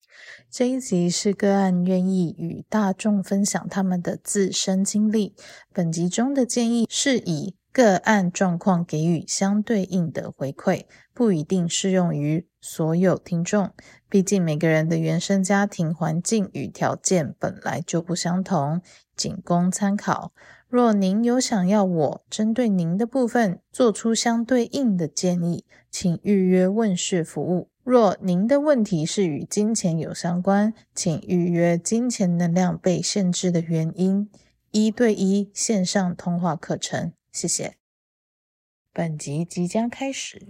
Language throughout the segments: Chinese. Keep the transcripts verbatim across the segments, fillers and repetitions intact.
这一集是个案愿意与大众分享他们的自身经历，本集中的建议是以个案状况给予相对应的回馈，不一定适用于所有听众，毕竟每个人的原生家庭环境与条件本来就不相同，仅供参考。若您有想要我针对您的部分做出相对应的建议，请预约问世服务。若您的问题是与金钱有相关，请预约金钱能量被限制的原因，一对一线上通话课程。谢谢。本集即将开始。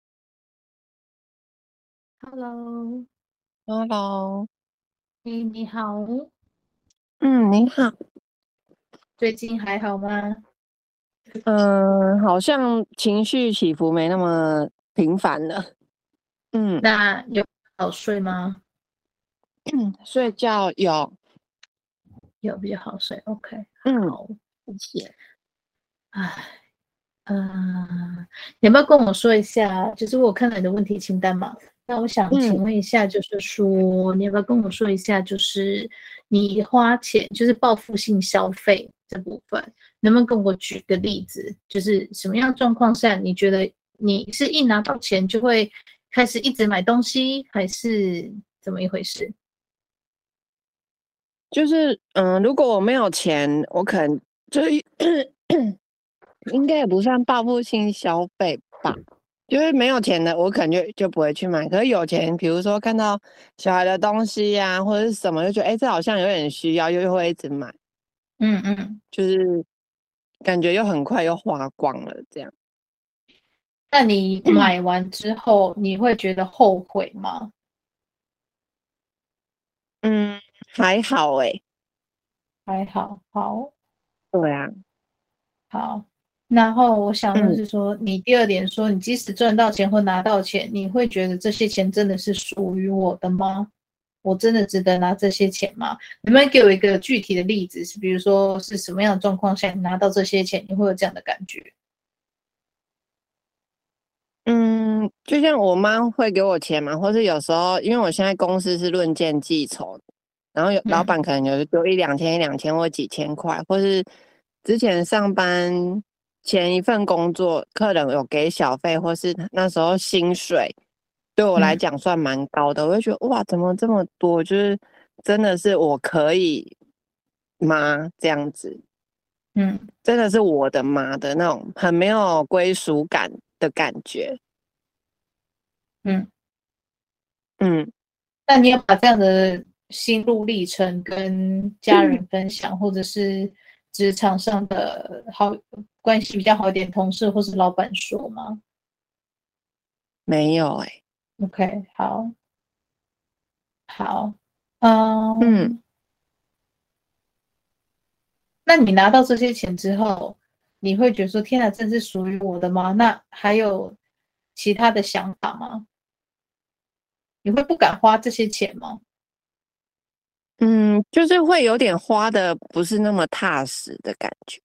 Hello， Hello， 嘿，你好， 嗯，你好， 最近还好吗？ 嗯，好像情绪起伏没那么频繁了，嗯， 那有好睡吗？ 睡觉有， 有比较好睡 ，OK， 嗯， 好， 谢谢， 唉，嗯，你要不要跟我说一下？就是我看了你的问题清单嘛，那我想请嗯， 问一下，就是说你要不要跟我说一下，就是你花钱，就是报复性消费这部分，能不能跟我举个例子？就是什么样的状况下，你觉得你是一拿到钱就会开始一直买东西，还是怎么一回事？ 就是，嗯，如果我没有钱，我可能就是应该也不算报复性消费吧，就是没有钱的，我可能就就不会去买。可是有钱，比如说看到小孩的东西呀、或者是什么，就觉得哎，这好像有点需要，又会一直买， 嗯嗯， 就是感觉又很快又花光了，这样。 那你买完之后，你会觉得后悔吗？ 嗯，还好诶。 还好，好。 对啊， 好，然后我想问嗯是说，你第二点说，你即使赚到钱或拿到钱，你会觉得这些钱真的是属于我的吗？我真的值得拿这些钱吗？能不能给我一个具体的例子？是比如说是什么样的状况下你拿到这些钱，你会有这样的感觉？ 嗯，就像我妈会给我钱嘛，或是有时候因为我现在公司是论件计酬，然后有老嗯板可能有丢一两千、一两千或几千块，或是之前上班前一份工作，客人有给小费，或是那时候薪水对我来嗯讲算蛮高的，我就觉得哇，怎么这么多？就是真的是我可以吗？这样子。 嗯真的是我的妈的那种很没有归属感的感觉。 嗯， 嗯， 那你有把这样的心路历程跟家人分享，或者是职场上的好关系比较好一点同事或是老板说吗没有哎、欸。 ？OK，好，好， 嗯嗯，那你拿到这些钱之后，你会觉得说：“天哪，这是属于我的吗？”那还有其他的想法吗？你会不敢花这些钱吗嗯，就是会有点花的不是那么踏实的感觉，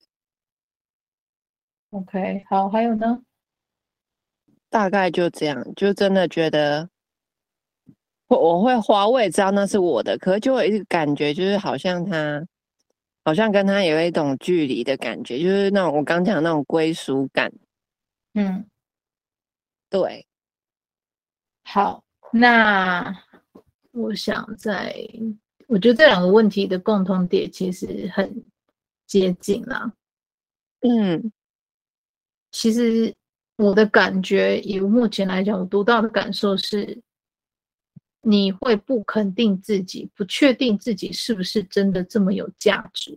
？OK，好，还有呢？ 大概就这样，就真的觉得我我会花，我也知道那是我的，可是就有一个感觉，就是好像他好像跟他有一种距离的感觉，就是那种我刚讲的那种归属感。 嗯， 对， 好，那我想在，我觉得这两个问题的共同点其实很接近啦。 嗯其实我的感觉，以目前来讲，我读到的感受是，你会不肯定自己，不确定自己是不是真的这么有价值。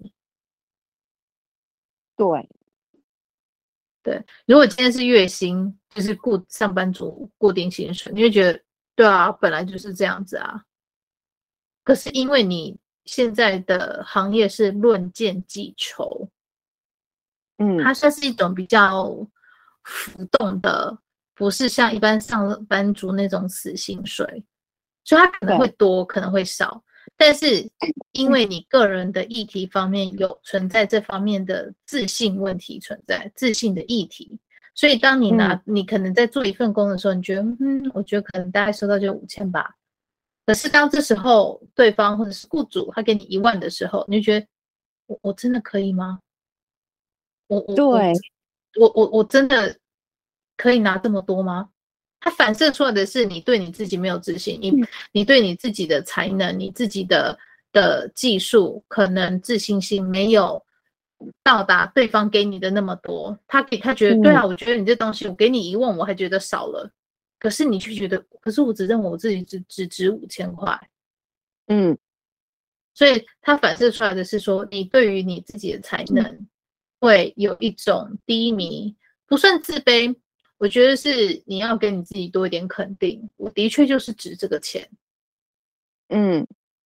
对， 对，如果今天是月薪，就是固上班族固定薪水，你会觉得，对啊，本来就是这样子啊。可是因为你现在的行业是论件计酬， 嗯它算是一种比较浮动的，不是像一般上班族那种死薪水，所以它可能会对， 多，可能会少。但是因为你个人的议题方面有存在这方面的自信问题存在，自信的议题，所以当你嗯拿你可能在做一份工的时候，你觉得嗯，我觉得可能大概收到就五千吧， 可是当这时候对方或者是雇主他给你一万的时候，你就觉得我我真的可以吗？我我对， 我我我真的可以拿这么多吗？它反射出来的是你对你自己没有自信，你你对你自己的才能、你自己的的技术，可能自信心没有到达对方给你的那么多。他给他觉得、 嗯、 对啊，我觉得你这东西我给你一万，我还觉得少了。可是你却觉得，可是我只认为我自己只只值五千块。 嗯， 所以它反射出来的是说，你对于你自己的才能会有一种低迷，不算自卑。我觉得是你要给你自己多一点肯定，我的确就是值这个钱。 嗯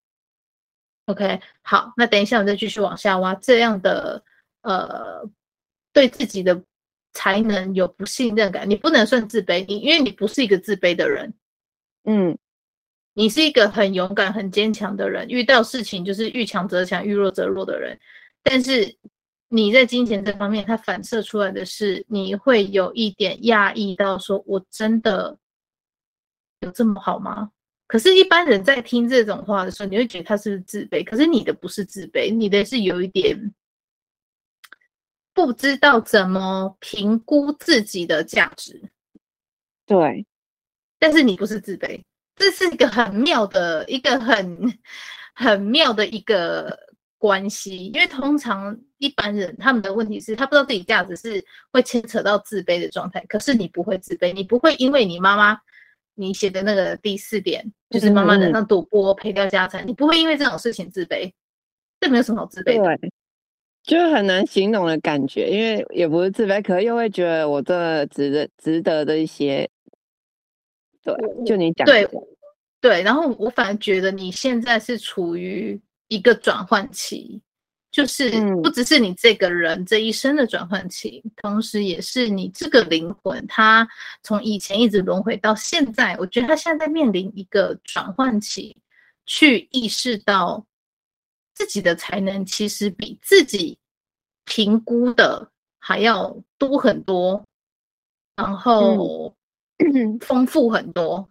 OK， 好，那等一下我再继续往下挖，这样的呃，对自己的才能有不信任感，你不能算自卑，你因为你不是一个自卑的人， 嗯， 你是一个很勇敢、很坚强的人，遇到事情就是遇强则强，遇弱则弱的人。但是你在金钱这方面，它反射出来的是，你会有一点压抑到说，我真的有这么好吗？可是，一般人在听这种话的时候，你会觉得他是不是自卑？可是你的不是自卑，你的是有一点不知道怎么评估自己的价值。 对， 但是你不是自卑，这是一个很妙的一个很很妙的一个关系。因为通常一般人他们的问题是他不知道自己价值是会牵扯到自卑的状态，可是你不会自卑，你不会因为你妈妈你写的那个第四点就是妈妈染上赌博赔掉家产，你不会因为这种事情自卑，这没有什么好自卑的。 对，就很难形容的感觉，因为也不是自卑，可是又会觉得我这值得值得的一些，对，就你讲的， 对对，然后我反而觉得你现在是处于一个转换期，就是不只是你这个人这一生的转换期，同时也是你这个灵魂，它从以前一直轮回到现在，我觉得它现在面临一个转换期，去意识到自己的才能其实比自己评估的还要多很多，然后丰富很多。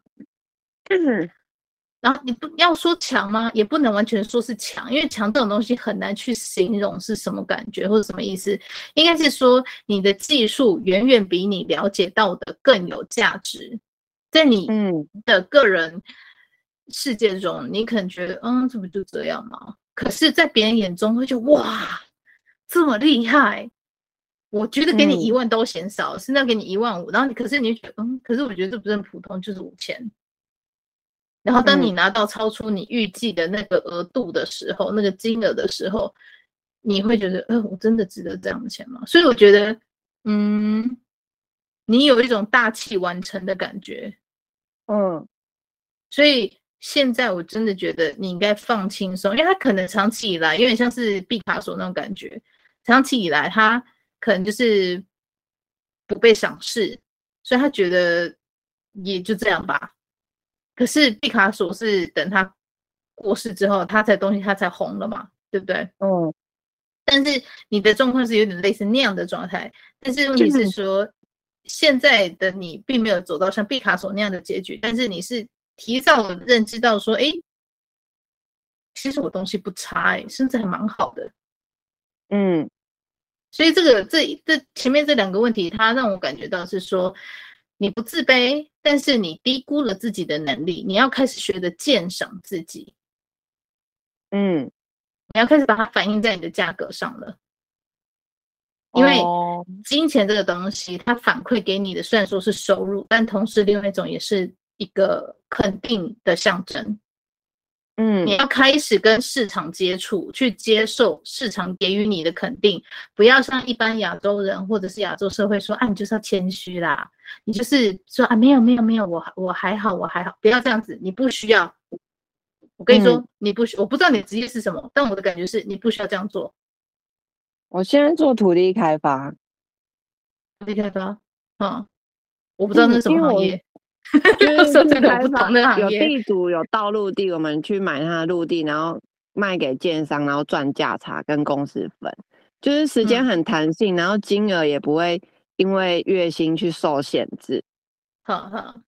然后你不要说强吗？也不能完全说是强，因为强这种东西很难去形容是什么感觉或者什么意思。应该是说你的技术远远比你了解到的更有价值，在你的个人世界中，你可能觉得嗯，这不就这样吗？可是，在别人眼中会觉得哇，这么厉害。我觉得给你一万都嫌少，现在给你一万五，然后你可是你就觉得嗯，可是我觉得这不是很普通，就是五千。然后当你拿到超出你预计的那个额度的时候，嗯、那个金额的时候，你会觉得，呃，我真的值得这样的钱吗？所以我觉得，嗯，你有一种大器晚成的感觉， 嗯， 所以现在我真的觉得你应该放轻松，因为他可能长期以来有点像是毕卡索那种感觉，长期以来他可能就是不被赏识，所以他觉得也就这样吧。可是毕卡索是等他过世之后，他才东西他才红了嘛，对不对？ 嗯。 但是你的状况是有点类似那样的状态，但是问题是说，现在的你并没有走到像毕卡索那样的结局，但是你是提早认知到说，哎，其实我东西不差，哎，甚至还蛮好的。 嗯， 所以这个这这前面这两个问题，它让我感觉到是说，你不自卑，但是你低估了自己的能力，你要开始学着鉴赏自己， 嗯， 你要开始把它反映在你的价格上了，因为金钱这个东西，它反馈给你的虽然说是收入，但同时另外一种也是一个肯定的象征。 嗯， 你要开始跟市场接触，去接受市场给予你的肯定，不要像一般亚洲人或者是亚洲社会说，啊，你就是要谦虚啦，你就是说啊，没有没有没有，我我还好我还好，不要这样子，你不需要。我跟你说，嗯、你不需，我不知道你的职业是什么，但我的感觉是你不需要这样做。 我现在做土地开发， 土地开发，嗯，我不知道那是什么行业。 就是土地开发有地主有道路地，我们去买他的陆地，然后卖给建商，然后赚价差跟公司分，就是时间很弹性，嗯、然后金额也不会因为月薪去受限制。 好好，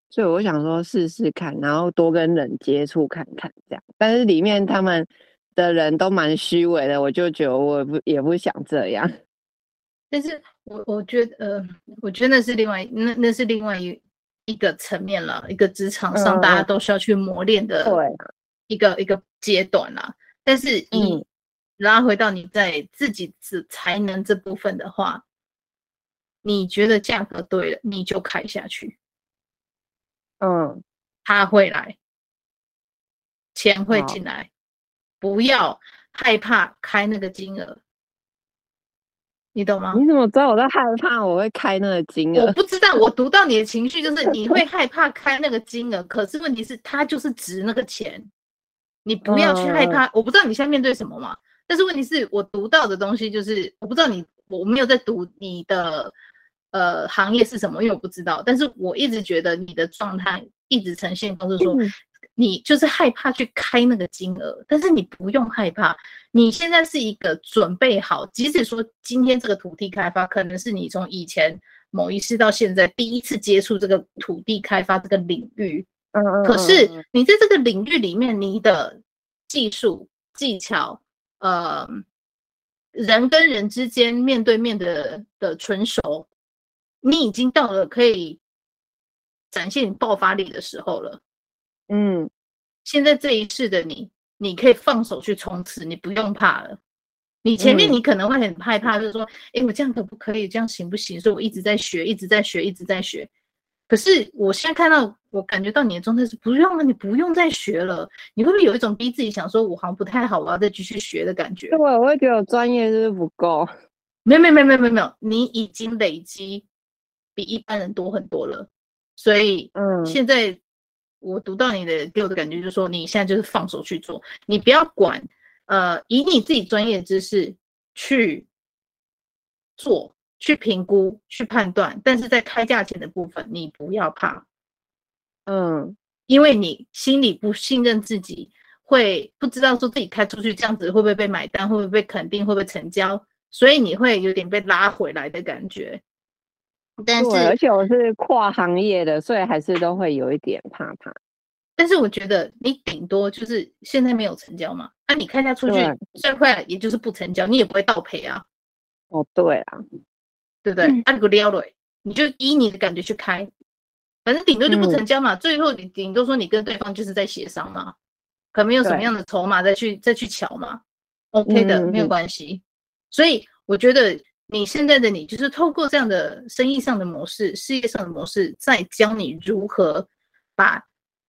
所以我想说试试看，然后多跟人接触看看这样。但是里面他们的人都蛮虚伪的，我就觉得我也不也不想这样。 但是我我觉得，呃，我觉得那是另外那那是另外一一个层面了，一个职场上大家都需要去磨练的一个、嗯、一个阶段啦。但是以、嗯、拉回到你在自己才能这部分的话，你觉得价格对了，你就开下去。 嗯， 他会来，钱会进来，不要害怕开那个金额。你懂吗？ 你怎么知道我在害怕我会开那个金额？ 我不知道，我读到你的情绪就是你会害怕开那个金额，可是问题是它就是值那个钱，你不要去害怕。嗯、我不知道你现在面对什么嘛，但是问题是我读到的东西就是我不知道你，我没有在读你的呃行业是什么，因为我不知道，但是我一直觉得你的状态一直呈现都是说。嗯你就是害怕去开那个金额，但是你不用害怕，你现在是一个准备好，即使说今天这个土地开发可能是你从以前某一次到现在第一次接触这个土地开发这个领域， 嗯嗯， 可是你在这个领域里面，你的技术技巧，呃，人跟人之间面对面的的纯熟，你已经到了可以展现你爆发力的时候了。 嗯， 现在这一世的你，你可以放手去冲刺，你不用怕了。你前面你可能会很害怕，就是说，哎、嗯，我这样可不可以？这样行不行？所以我一直在学，一直在学，一直在学。可是我现在看到，我感觉到你的状态是不用了，你不用再学了。你会不会有一种逼自己想说，我好像不太好，我要再继续学的感觉？ 对，我会觉得我专业就是不够。 没有没有没有没有没有，你已经累积比一般人多很多了，所以嗯，现在。我读到你的给我的感觉就是说，你现在就是放手去做，你不要管，呃，以你自己专业知识去做、去评估、去判断，但是在开价钱的部分，你不要怕， 嗯， 因为你心里不信任自己，会不知道说自己开出去这样子会不会被买单，会不会被肯定，会不会成交，所以你会有点被拉回来的感觉。但是， 而且我是跨行业的，所以还是都会有一点怕怕。 但是我觉得你顶多就是现在没有成交嘛，那、啊、你开价出去最快也就是不成交，你也不会倒赔啊。 哦，对啊， 对不对？嗯、啊，你给我撩了，你就依你的感觉去开，反正顶多就不成交嘛。嗯、最后你顶多说你跟对方就是在协商嘛，可没有什么样的筹码再去再去瞧嘛。OK 的，嗯、没有关系。所以我觉得。你现在的你就是透过这样的生意上的模式、事业上的模式，再教你如何把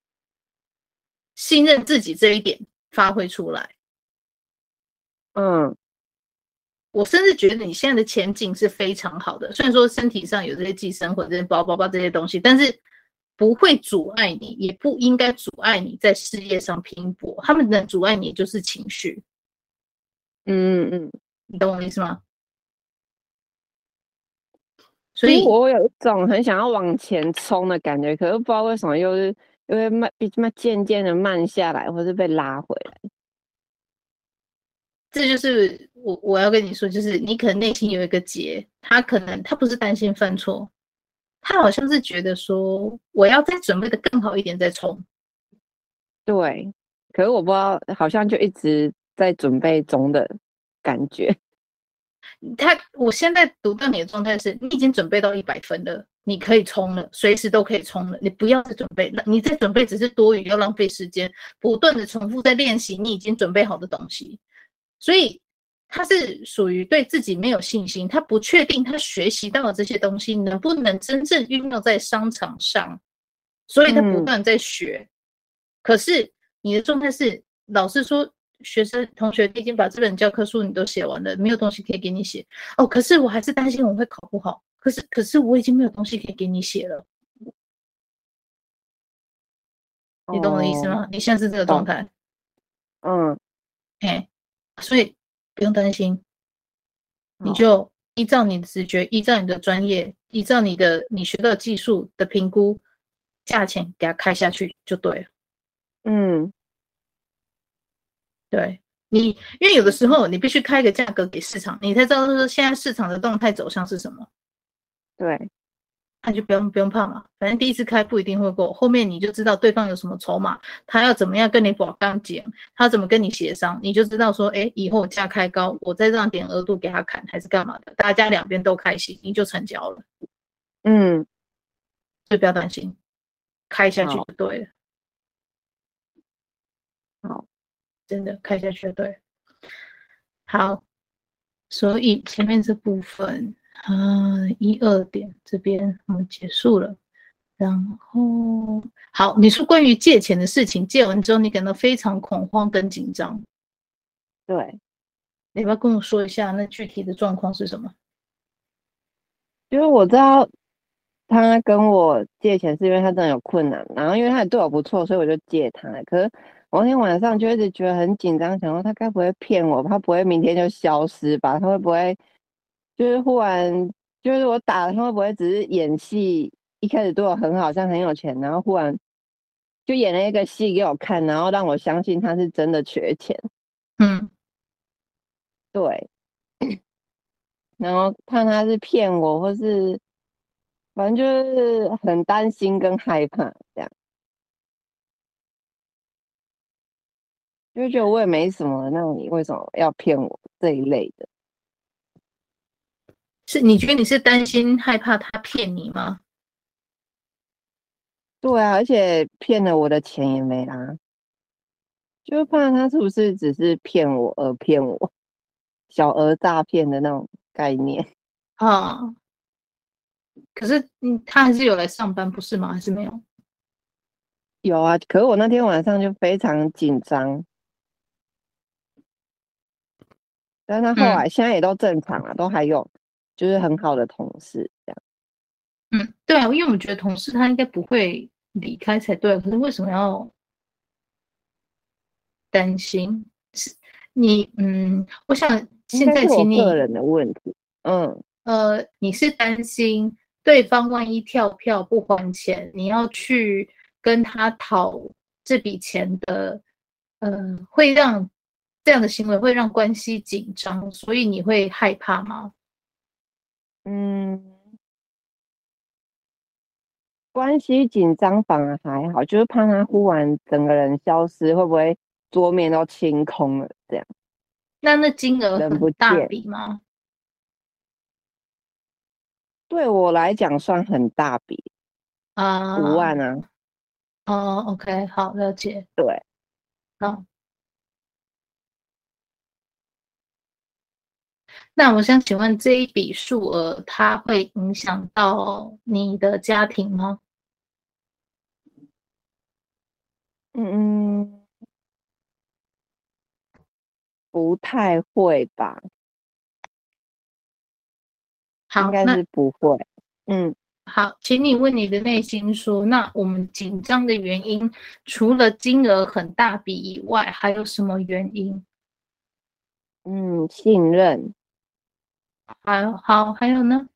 信任自己这一点发挥出来。 嗯， 我甚至觉得你现在的前景是非常好的，虽然说身体上有这些寄生或者这些包包包这些东西，但是不会阻碍你，也不应该阻碍你在事业上拼搏。他们能阻碍你就是情绪。 嗯嗯嗯， 你懂我意思吗？ 所以我有一种很想要往前冲的感觉，可是不知道为什么又是又会慢，慢渐渐的慢下来，或是被拉回来。 这就是我我要跟你说，就是你可能内心有一个结，他可能他不是担心犯错，他好像是觉得说我要再准备的更好一点再冲。 对，可是我不知道，好像就一直在准备中的感觉。 他，我现在读到你的状态是，你已经准备到一百分了，你可以冲了，随时都可以冲了，你不要再准备，你再准备只是多余，要浪费时间，不断的重复在练习你已经准备好的东西。所以他是属于对自己没有信心，他不确定他学习到的这些东西能不能真正运用在商场上，所以他不断在学。嗯、可是你的状态是，老师说。学生同学已经把这本教科书你都写完了，没有东西可以给你写哦。可是我还是担心我会考不好。可是可是我已经没有东西可以给你写了，哦、你懂我的意思吗？你现在是这个状态， 嗯， 哎，所以不用担心，你就依照你的直觉，依照你的专业，依照你的你学到的技术的评估，价钱给它开下去就对了。 嗯。 对你，因为有的时候你必须开一个价格给市场，你才知道说现在市场的动态走向是什么。 对， 那就不用不用怕嘛，反正第一次开不一定会过，后面你就知道对方有什么筹码，他要怎么样跟你保钢讲，他怎么跟你协商，你就知道说，哎，以后价开高，我再让点额度给他砍，还是干嘛的，大家两边都开心，你就成交了。 嗯， 所以不要担心，开下去就对了。 好， 真的开下去就对了。好，所以前面这部分。啊，一二点这边我们结束了，然后好，你说关于借钱的事情，借完之后你感到非常恐慌跟紧张， 对， 你要不要跟我说一下那具体的状况是什么？ 因为我知道他跟我借钱是因为他真的有困难，然后因为他也对我不错，所以我就借他。可是我那天晚上就一直觉得很紧张，想说他该不会骗我，他不会明天就消失吧？他会不会？就是忽然，就是我打了他会不会只是演戏？一开始对我很好，像很有钱，然后忽然就演了一个戏给我看，然后让我相信他是真的缺钱。 嗯， 对，然后怕他是骗我，或是反正就是很担心跟害怕这样，就觉得我也没什么，那你为什么要骗我这一类的？ 是你觉得你是担心害怕他骗你吗？ 对啊，而且骗了我的钱也没啦，就怕他是不是只是骗我而骗我，小额诈骗的那种概念。 啊，可是嗯，他还是有来上班不是吗？还是没有？ 有啊，可是我那天晚上就非常紧张，但他后来现在也都正常了，都还有就是很好的同事这样。 嗯，对啊，因为我觉得同事他应该不会离开才对，可是为什么要担心？是你嗯，我想应该现在是我个请你人的问题。嗯， 呃，你是担心对方万一跳票不还钱，你要去跟他讨这笔钱的，呃，会让这样的行为会让关系紧张，所以你会害怕吗？ 嗯，关系紧张反而还好，就是怕他忽然整个人消失，会不会桌面都清空了这样， 那那金额人不很大见。 笔吗？ 对我来讲算很大笔，五啊， 万啊。 哦，OK，好，了解。 对， 好，那我想请问这一笔数额，它会影响到你的家庭吗？ 嗯嗯，不太会吧，应好， 该那是不会。嗯。 好，请你问你的内心说，那我们紧张的原因，除了金额很大笔以外，还有什么原因？ 嗯，信任。 还有好，还有呢？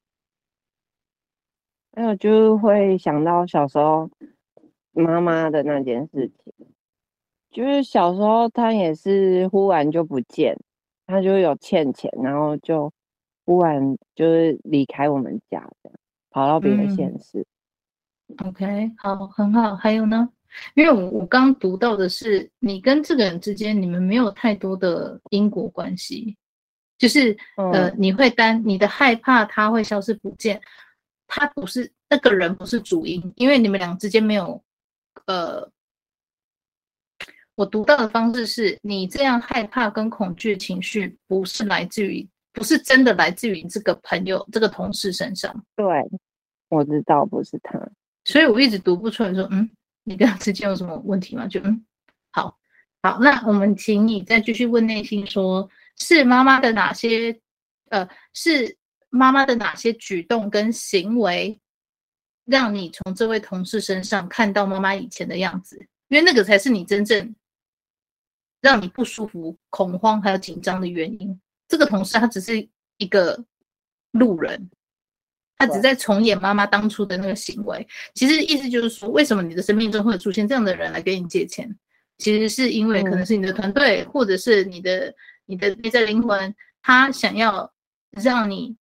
还有就会想到小时候妈妈的那件事情，就是小时候她也是忽然就不见，她就有欠钱，然后就忽然就是离开我们家，这样跑到别的县嗯市。 ，OK，好，很好。还有呢？因为我我刚读到的是，你跟这个人之间，你们没有太多的因果关系，就是呃， 嗯， 你会担你的害怕他会消失不见，他不是那个人不是主因，因为你们俩之间没有呃。我读到的方式是你这样害怕跟恐惧情绪，不是来自于，不是真的来自于这个朋友、这个同事身上， 对，我知道不是他。 所以我一直读不出来说，嗯，你跟他之间有什么问题吗？就嗯，好，好，那我们请你再继续问内心说，是妈妈的哪些，呃，是妈妈的哪些举动跟行为，让你从这位同事身上看到妈妈以前的样子？因为那个才是你真正让你不舒服、恐慌还有紧张的原因。这个同事他只是一个路人，他只在重演妈妈当初的那个行为。其实意思就是说，为什么你的生命中会出现这样的人来跟你借钱？其实是因为可能是你的团队，或者是你的你的内在灵魂，他想要让你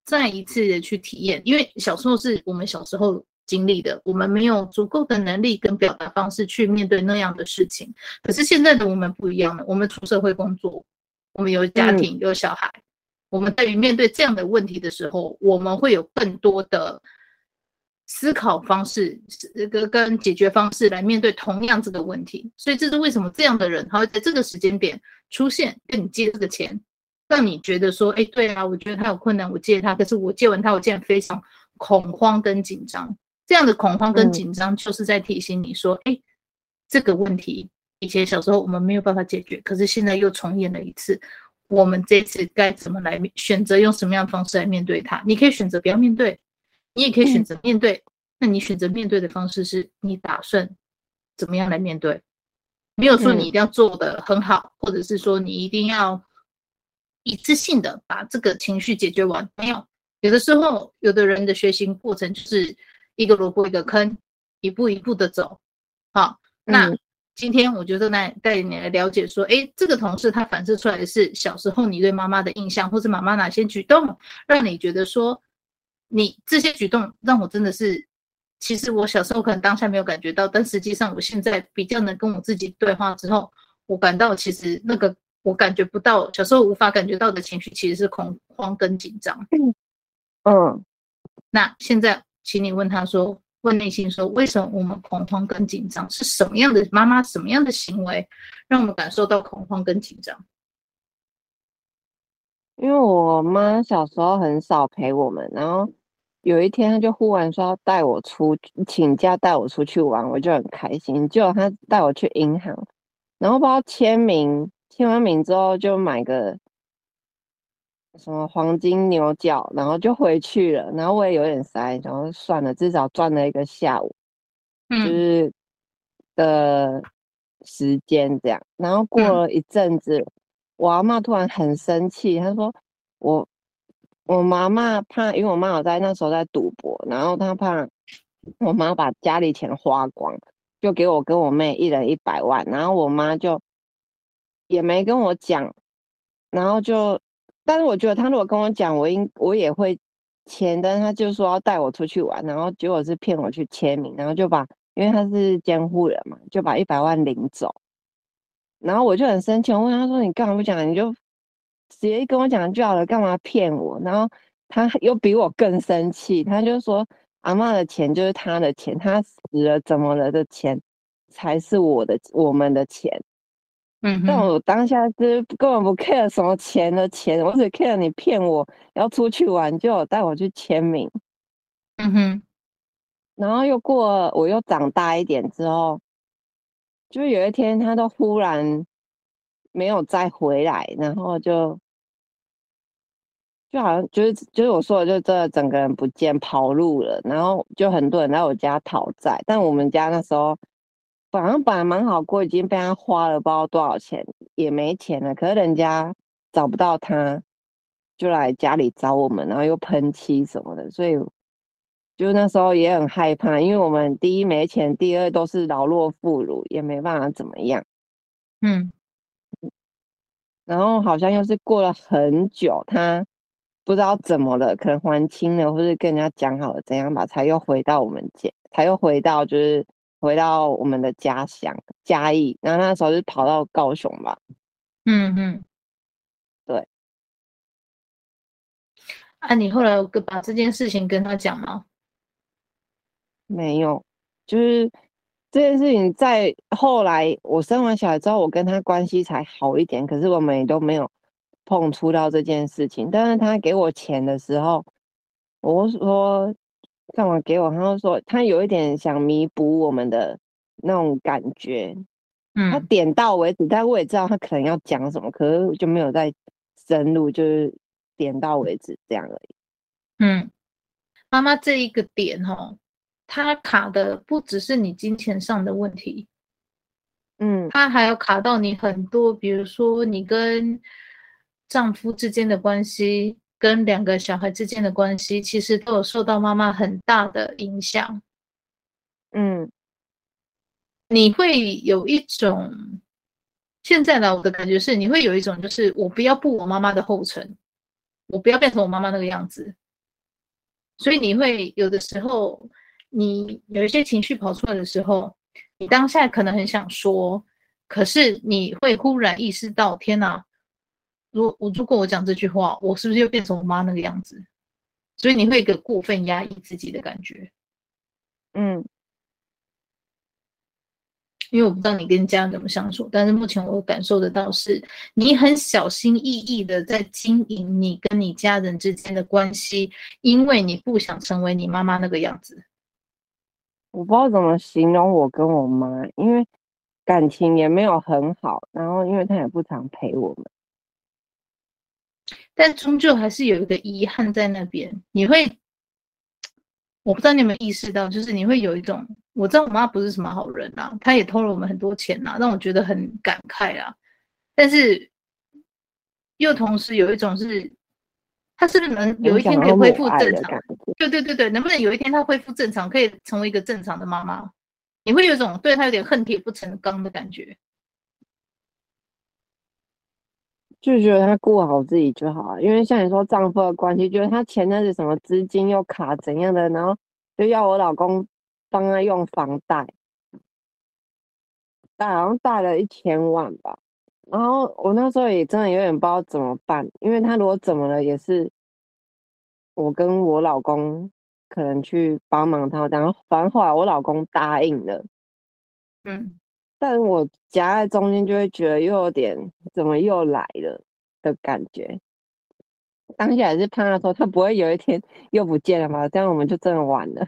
再一次的去体验，因为小时候是我们小时候经历的，我们没有足够的能力跟表达方式去面对那样的事情。可是现在的我们不一样了，我们出社会工作，我们有家庭、嗯、有小孩，我们对于面对这样的问题的时候，我们会有更多的思考方式跟解决方式来面对同样这个问题。所以这是为什么这样的人他会在这个时间点出现，跟你借这个钱，让你觉得说，哎，对啊，我觉得他有困难，我借他，可是我借完他，我竟然非常恐慌跟紧张。这样的恐慌跟紧张就是在提醒你说，哎、嗯，这个问题以前小时候我们没有办法解决，可是现在又重演了一次，我们这次该怎么来选择，用什么样的方式来面对它？你可以选择不要面对，你也可以选择面对、嗯、那你选择面对的方式是你打算怎么样来面对，没有说你一定要做得很好、嗯、或者是说你一定要一次性的把这个情绪解决完，没有，有的时候有的人的学习过程就是一个萝卜一个坑，一步一步的走。好，那今天我觉得来带你来了解说，诶，这个同事他反射出来的是小时候你对妈妈的印象，或是妈妈哪些举动让你觉得说你这些举动让我真的是，其实我小时候可能当下没有感觉到，但实际上我现在比较能跟我自己对话之后，我感到其实那个我感觉不到，小时候无法感觉到的情绪其实是恐慌跟紧张。 嗯， 那现在请你问他说，问内心说，为什么我们恐慌跟紧张？是什么样的妈妈，什么样的行为让我们感受到恐慌跟紧张？ 因为我妈小时候很少陪我们，然后有一天她就忽然说要带我出请假带我出去玩，我就很开心。结果她带我去银行，然后不知道签名，签完名之后就买个什么黄金牛角，然后就回去了。然后我也有点塞，然后算了，至少赚了一个下午，就是的时间这样。然后过了一阵子，嗯、我阿嬷突然很生气，她说我我妈妈怕，因为我妈有在那时候在赌博，然后她怕我妈把家里钱花光，就给我跟我妹一人一百万，然后我妈就也没跟我讲，然后就。但是我觉得他如果跟我讲，我应我也会签，但是他就说要带我出去玩，然后结果是骗我去签名，然后就把，因为他是监护人嘛，就把一百万领走，然后我就很生气，我问他说你干嘛不讲，你就直接跟我讲就好了，干嘛骗我？然后他又比我更生气，他就说阿嬷的钱就是他的钱，他死了怎么了的钱才是我的我们的钱。 嗯， 但我当下是根本不 care 什么钱的钱，我只 care 你骗我要出去玩，就有带我去签名。 嗯哼， 然后又过，我又长大一点之后，就有一天他都忽然没有再回来，然后就就好像就是就是我说的，就这整个人不见跑路了，然后就很多人来我家讨债，但我们家那时候。反正本来蛮好过，已经被他花了不知道多少钱，也没钱了。可是人家找不到他，就来家里找我们，然后又喷漆什么的，所以就那时候也很害怕，因为我们第一没钱，第二都是老弱妇孺，也没办法怎么样。 嗯， 然后好像又是过了很久，他不知道怎么了，可能还清了，或是跟人家讲好了怎样吧，才又回到我们家，才又回到就是。回到我们的家乡嘉义，然后那时候是跑到高雄吧。 嗯嗯， 对。 啊，你后来有把这件事情跟他讲吗？ 没有，就是这件事情在后来我生完小孩之后，我跟他关系才好一点，可是我们也都没有碰触到这件事情。但是他给我钱的时候，我说干嘛给我？他就说他有一点想弥补我们的那种感觉，嗯，他点到为止，但我也知道他可能要讲什么，可是就没有再深入，就是点到为止这样而已。 嗯，妈妈这一个点哦，他卡的不只是你金钱上的问题， 嗯， 他还要卡到你很多，比如说你跟丈夫之间的关系。跟两个小孩之间的关系，其实都有受到妈妈很大的影响。 嗯， 你会有一种，现在呢，我的感觉是，你会有一种，就是我不要步我妈妈的后尘，我不要变成我妈妈那个样子。 所以你会有的时候，你有一些情绪跑出来的时候，你当下可能很想说，可是你会忽然意识到，天哪，如我如果我讲这句话，我是不是又变成我妈那个样子？所以你会有一个过分压抑自己的感觉。 嗯， 因为我不知道你跟家人怎么相处，但是目前我感受得到是，你很小心翼翼的在经营你跟你家人之间的关系，因为你不想成为你妈妈那个样子。 我不知道怎么形容我跟我妈，因为感情也没有很好，然后因为她也不常陪我们。 但终究还是有一个遗憾在那边，你会，我不知道你有没有意识到，就是你会有一种，我知道我妈不是什么好人啊，她也偷了我们很多钱啊，让我觉得很感慨啊，但是又同时有一种是，她是不是能有一天可以恢复正常？对对对对，能不能有一天她恢复正常，可以成为一个正常的妈妈？你会有一种对她有点恨铁不成钢的感觉。 就觉得她顾好自己就好了，因为像你说丈夫的关系，就是她前阵子什么资金又卡怎样的，然后就要我老公帮她用房贷，贷好像贷了一千万吧。然后我那时候也真的有点不知道怎么办，因为他如果怎么了，也是我跟我老公可能去帮忙他，然后反正后来我老公答应了， 嗯， 但我夹在中间就会觉得又有点怎么又来了的感觉。当下也是怕他说他不会有一天又不见了嘛，这样我们就真的完了。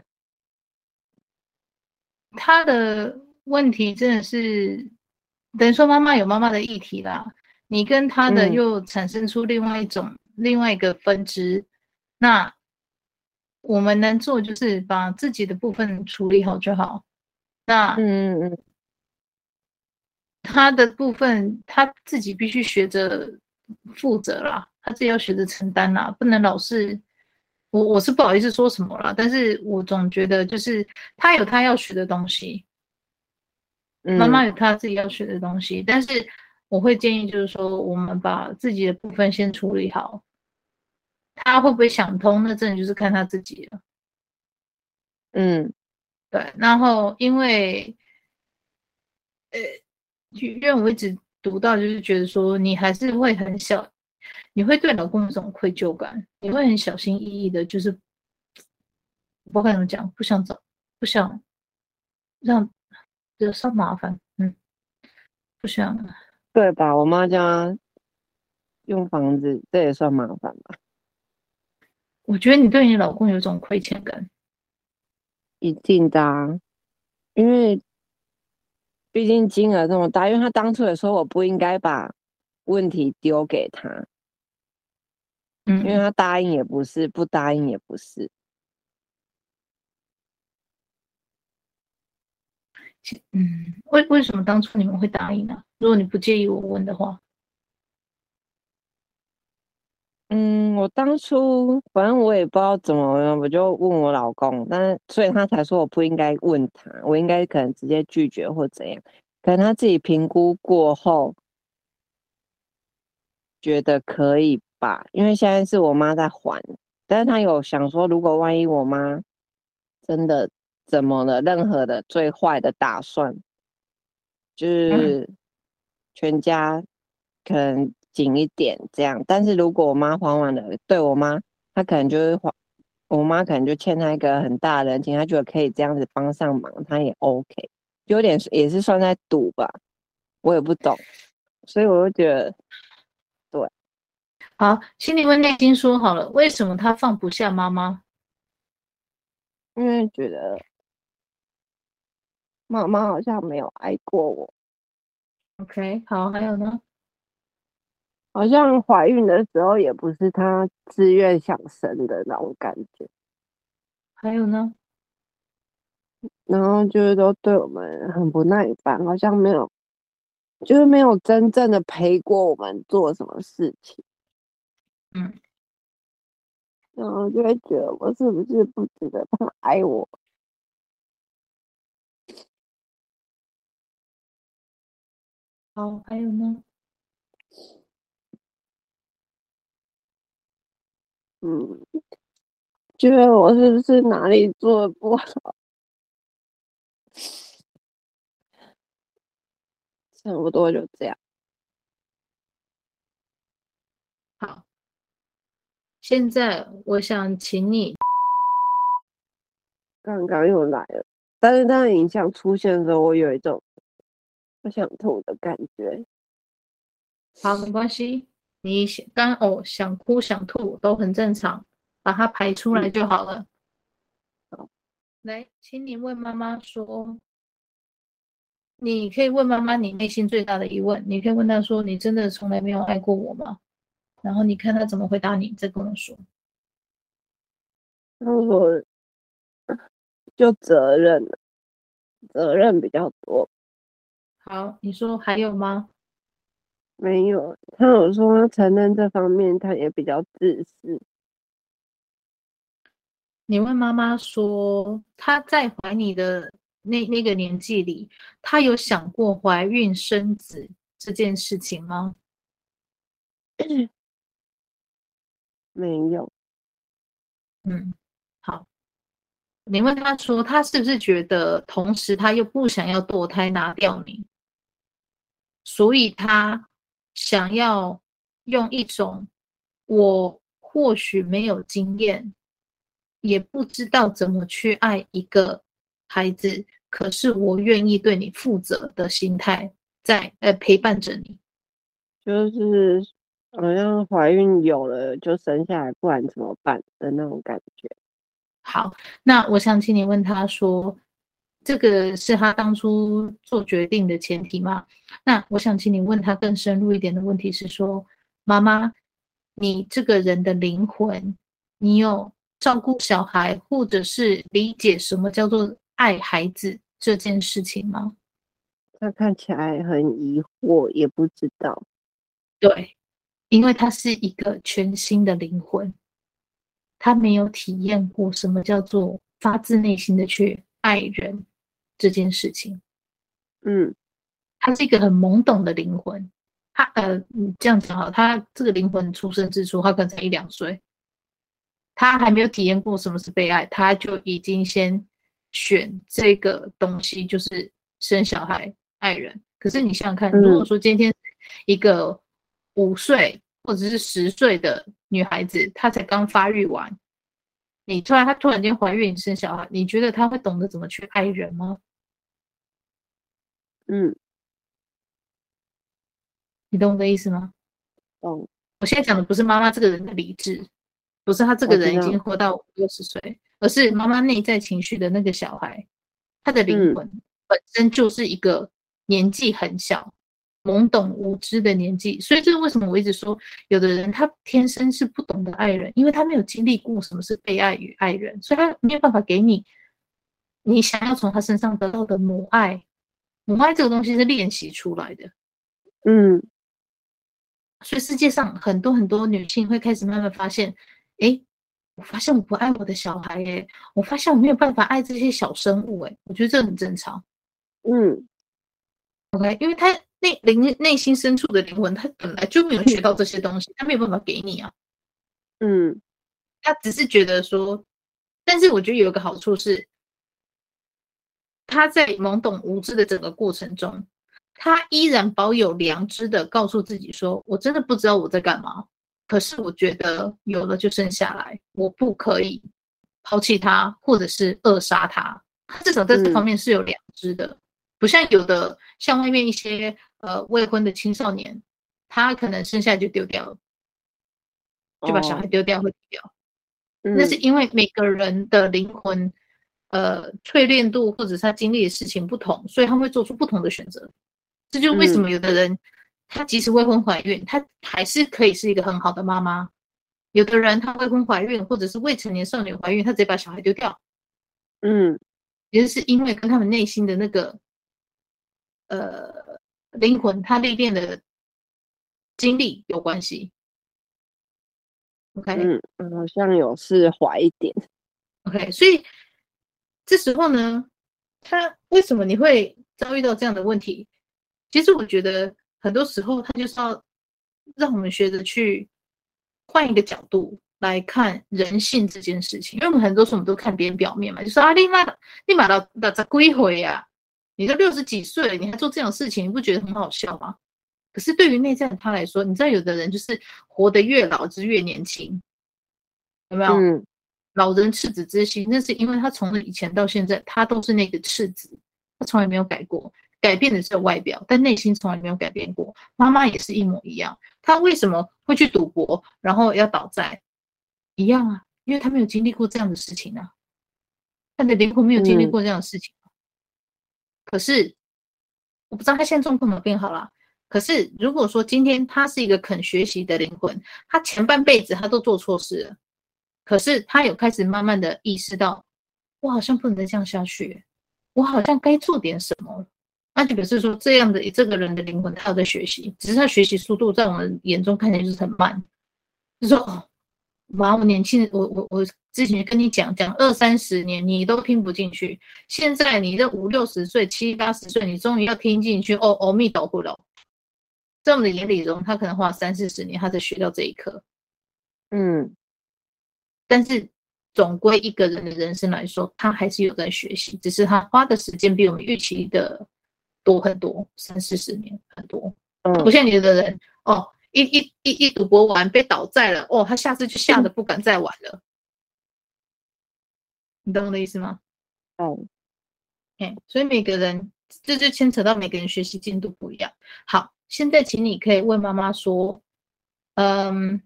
她的问题真的是等于说妈妈有妈妈的议题啦，你跟她的嗯又产生出另外一种另外一个分支，那我们能做就是把自己的部分处理好就好。那嗯嗯嗯， 他的部分他自己必须学着负责啦，他自己要学着承担啦，不能老是我我是不好意思说什么啦，但是我总觉得就是他有他要学的东西，妈妈嗯有她自己要学的东西，但是我会建议就是说，我们把自己的部分先处理好，他会不会想通，那真的就是看他自己了。 嗯， 对，然后因为呃，因为我一直读到，就是觉得说你还是会很小，你会对老公有种愧疚感，你会很小心翼翼的，就是不知道该怎么讲，不想找，不想让惹上麻烦，嗯，不想。 对吧？我妈家用房子，这也算麻烦吧？ 我觉得你对你老公有种亏欠感， 一定的啊，因为毕竟金额这么大，因为他当初也说我不应该把问题丢给他，因为嗯他答应也不是，不答应也不是。 嗯，为为什么当初你们会答应呢？如果你不介意我问的话， 嗯，我当初反正我也不知道怎么了，我就问我老公，但是所以他才说我不应该问他，我应该可能直接拒绝或怎样。可能他自己评估过后觉得可以吧，因为现在是我妈在还，但是他有想说，如果万一我妈真的怎么了，任何的最坏的打算，就嗯， 是全家可能紧一点这样。但是如果我妈还完了，对我妈，她可能就是还，我妈可能就欠她一个很大的人情，她觉得可以这样子帮上忙，她也 OK，就有点也是算在赌吧，我也不懂，所以我就觉得，对， 好，心里问内心说好了，为什么他放不下妈妈？ 因为觉得妈妈好像没有爱过我， OK，好，还有呢？ 好像怀孕的时候也不是她自愿想生的那种感觉。 还有呢？ 然后就是都对我们很不耐烦，好像没有，就是没有真正的陪过我们做什么事情， 嗯， 然后就会觉得我是不是不值得他爱我？ 好，还有呢？ 嗯， 觉得我是不是哪里做的不好？差不多就这样。 好，现在我想请你， 刚刚又来了，但是它的影像出现的时候，我有一种不想吐的感觉。 好，没关系，你想刚哦想哭想吐都很正常，把它排出来就好了。 好， 来，请你问妈妈说，你可以问妈妈你内心最大的疑问，你可以问她说，你真的从来没有爱过我吗？然后你看她怎么回答你，再跟我说。 然后我就责任了，责任比较多。 好，你说还有吗？ 没有，他有说承认这方面他也比较自私。 你问妈妈说，她在怀你的那那个年纪里，她有想过怀孕生子这件事情吗？ 没有。 嗯，好。你问她说，她是不是觉得，同时她又不想要堕胎拿掉你，所以她想要用一种我或许没有经验，也不知道怎么去爱一个孩子，可是我愿意对你负责的心态，在呃陪伴着你。 就是好像怀孕有了就生下来，不然怎么办的那种感觉。 好，那我想请你问他说，这个是他当初做决定的前提吗？那我想请你问他更深入一点的问题是说，妈妈，你这个人的灵魂，你有照顾小孩，或者是理解什么叫做爱孩子这件事情吗？ 他看起来很疑惑，也不知道。 对，因为他是一个全新的灵魂，他没有体验过什么叫做发自内心的去爱人这件事情。 嗯他是一个很懵懂的灵魂。他呃，你这样讲好，他这个灵魂出生之初，他可能才一两岁，他还没有体验过什么是被爱，他就已经先选这个东西，就是生小孩、爱人。可是你想想看，如果嗯说今天一个五岁或者是十岁的女孩子，她才刚发育完，你突然她突然间怀孕生小孩，你觉得她会懂得怎么去爱人吗？ 嗯， 你懂我的意思吗？ 懂。 我现在讲的不是妈妈这个人的理智，不是她这个人已我知道。 经活到六十岁，而是妈妈内在情绪的那个小孩，他的灵嗯魂本身就是一个年纪很小、懵懂无知的年纪。所以这是为什么我一直说，有的人他天生是不懂得爱人，因为他没有经历过什么是被爱与爱人，所以他没有办法给你你想要从他身上得到的母爱。母爱这个东西是练习出来的。 嗯所以世界上很多很多女性会开始慢慢发现，诶，我发现我不爱我的小孩耶，我发现我没有办法爱这些小生物诶，我觉得这很正常。 嗯 OK，因为他内灵内心深处的灵魂，他本来就没有学到这些东西，他没有办法给你啊。 嗯他只是觉得说，但是我觉得有一个好处是，他在懵懂无知的整个过程中，他依然保有良知的告诉自己说，我真的不知道我在干嘛，可是我觉得有了就剩下来，我不可以抛弃他，或者是扼杀他。他至少在这方面是有良知的，嗯、不像有的像外面一些呃未婚的青少年，他可能生下来就丢掉了，就把小孩丢掉会丢掉。 嗯、 那是因为每个人的灵魂呃淬炼度或者是他经历的事情不同，所以他会做出不同的选择。这就是为什么有的人、嗯、他即使未婚怀孕，他还是可以是一个很好的妈妈。有的人他未婚怀孕或者是未成年少女怀孕，他直接把小孩丢掉。 嗯， 也就是因为跟他们内心的那个呃灵魂他历练的经历有关系。OK， 嗯，好像有释怀一点。 OK， 所以这时候呢，他为什么你会遭遇到这样的问题？其实我觉得很多时候他就是要让我们学着去换一个角度， 来看人性这件事情，因为我们很多时候我们都看别人表面嘛，就说啊，你妈你妈到到十几岁啊，你都六十几岁了，你还做这种事情，你不觉得很好笑吗？可是对于内在的他来说，你知道有的人就是活得越老就是越年轻，有没有？ 嗯， 老人赤子之心，那是因为他从以前到现在，他都是那个赤子，他从来没有改过，改变的是外表，但内心从来没有改变过。妈妈也是一模一样，他为什么会去赌博，然后要倒债？一样啊，因为他没有经历过这样的事情啊，他的灵魂没有经历过这样的事情。嗯、可是我不知道他现在状况有没有变好啦。可是如果说今天他是一个肯学习的灵魂，他前半辈子他都做错事了，可是他有开始慢慢的意识到，我好像不能再这样下去，我好像该做点什么。那就表示说，这样的这个人的灵魂他有在学习，只是他学习速度在我们眼中看起来就是很慢，就说哦。哇，我年轻，我我我之前跟你讲讲二三十年，你都听不进去。现在你这五六十岁、七八十岁，你终于要听进去哦，阿弥陀佛了。在我们的眼里中，他可能花三四十年，他才学到这一课。 嗯， 但是总归一个人的人生来说，他还是有在学习，只是他花的时间比我们预期的多很多，三四十年很多。嗯，不像有的人哦。一一一一赌博完被倒债了，哦，他下次就吓得不敢再玩了。嗯、你懂我的意思吗？ 嗯， 哎，所以每个人这就牵扯到每个人学习进度不一样。好，现在请你可以问妈妈说，嗯，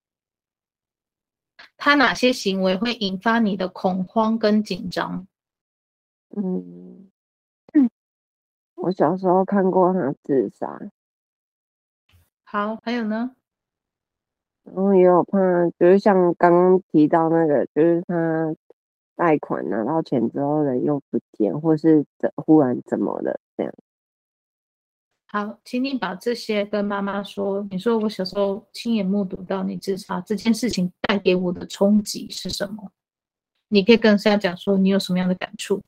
他哪些行为会引发你的恐慌跟紧张？ 嗯嗯，我小时候看过他自杀。 好，还有呢？ 然后也有怕，就是像刚刚提到那个，就是他贷款拿到钱之后人又不见，或是怎忽然怎么了这样。 好，请你把这些跟妈妈说。你说我小时候亲眼目睹到你自杀这件事情带给我的冲击是什么？你可以跟大家讲说你有什么样的感触。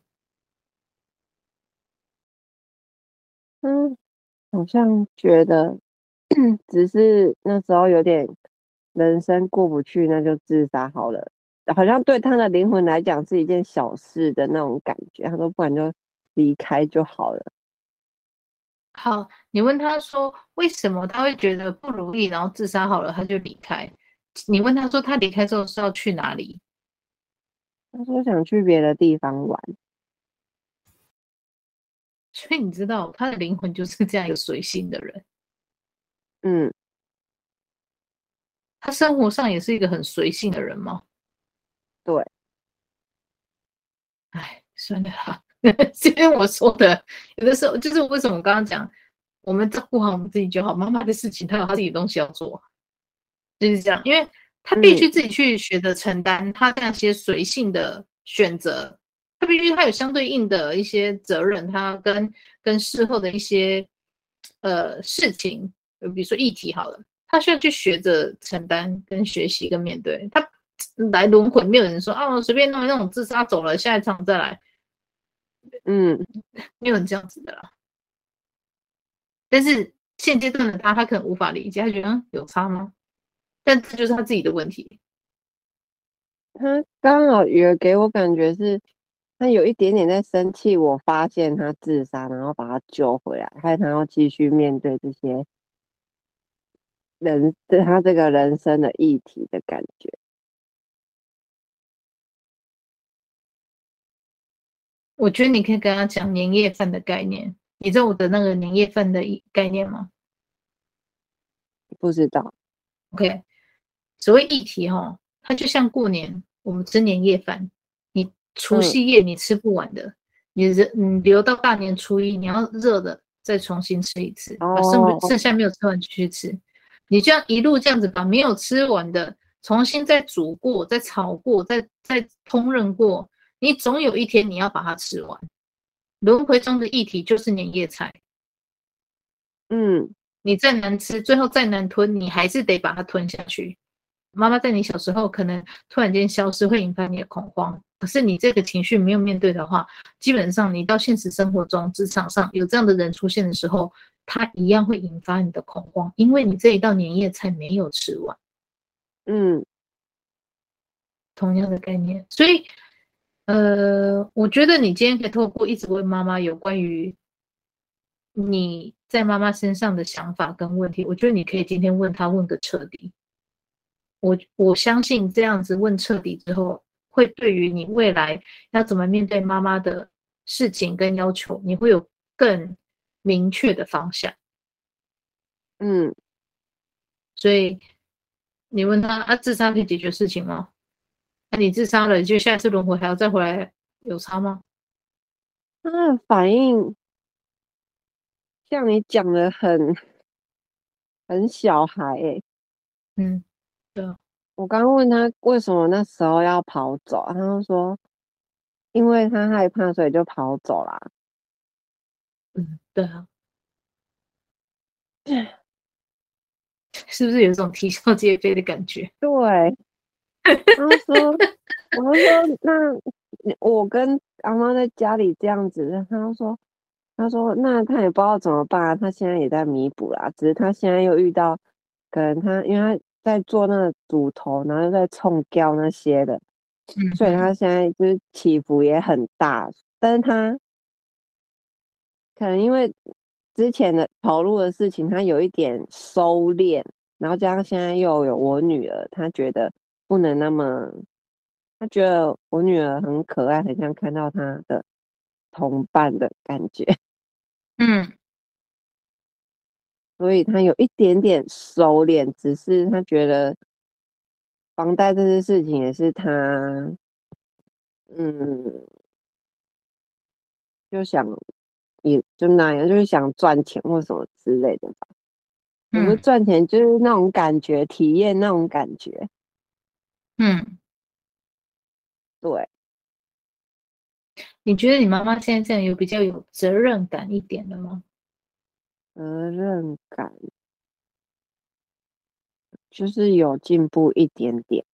嗯，好像觉得只是那时候有点人生过不去，那就自杀好了。好像对他的灵魂来讲是一件小事的那种感觉，他说不然就离开就好了。 好，你问他说为什么他会觉得不如意，然后自杀好了他就离开。你问他说他离开之后是要去哪里？ 他说想去别的地方玩。 所以你知道他的灵魂就是这样一个随性的人。 嗯， 他生活上也是一个很随性的人吗？ 对。 哎，算了啦。因为我说的有的时候就是为什么我刚刚讲我们照顾好我们自己就好，妈妈的事情他有他自己的东西要做，就是这样。因为他必须自己去学着承担他那些随性的选择，他必须他有相对应的一些责任，他跟跟事后的一些呃事情，比如说议题好了，他需要去学着承担跟学习跟面对。他来轮回，没有人说啊，我随便弄那种自杀走了，下一场再来。 嗯， 没有人这样子的啦。但是现阶段的他，他可能无法理解，他觉得、嗯、有差吗？但这就是他自己的问题。 他刚好也给我感觉是，他有一点点在生气。我发现他自杀，然后把他救回来，害他要继续面对这些人，对他这个人生的议题的感觉。 我觉得你可以跟他讲年夜饭的概念。你知道我的那个年夜饭的概念吗？ 不知道。 OK， 所谓议题哈，它就像过年我们吃年夜饭，你除夕夜你吃不完的，嗯、你你留到大年初一，你要热的再重新吃一次， 哦、 把剩剩下没有吃完继续吃。你这样一路这样子把没有吃完的重新再煮过、再炒过、再再烹饪过，你总有一天你要把它吃完。轮回中的议题就是年夜菜。 嗯， 你再难吃，最后再难吞，你还是得把它吞下去。妈妈在你小时候可能突然间消失，会引发你的恐慌。可是你这个情绪没有面对的话，基本上你到现实生活中、职场上有这样的人出现的时候，他一样会引发你的恐慌，因为你这一道年夜菜没有吃完。 嗯， 同样的概念。所以，呃，我觉得你今天可以透过一直问妈妈有关于你在妈妈身上的想法跟问题，我觉得你可以今天问她问个彻底。我我相信这样子问彻底之后，会对于你未来要怎么面对妈妈的事情跟要求，你会有更明确的方向。 嗯， 所以你问他啊，自杀可以解决事情吗？那、啊、你自杀了，就下一次轮回还要再回来，有差吗？ 他的反应像你讲的很很小孩诶、欸。 嗯，对啊， 我刚刚问他为什么那时候要跑走，他就说因为他害怕，所以就跑走啦。 嗯，对啊，是不是有一种啼笑皆非的感觉？ 对，然后说，我就说那我跟阿妈在家里这样子，他就说，他说那他也不知道怎么办啊，他现在也在弥补啦，只是他现在又遇到，可能他因为他在做那个组头，然后又在冲胶那些的， 嗯， 所以他现在就是起伏也很大，但是他可能因为之前的跑路的事情，他有一点收敛，然后加上现在又有我女儿，他觉得不能那么，他觉得我女儿很可爱，很像看到他的同伴的感觉， 嗯所以他有一点点收敛，只是他觉得房贷这件事情也是他，嗯，就想也就那样，就是想赚钱或什么之类的吧。我们嗯赚钱就是那种感觉，体验那种感觉。 嗯， 对， 你觉得你妈妈现在这样有比较有责任感一点了吗？ 责任感就是有进步一点点，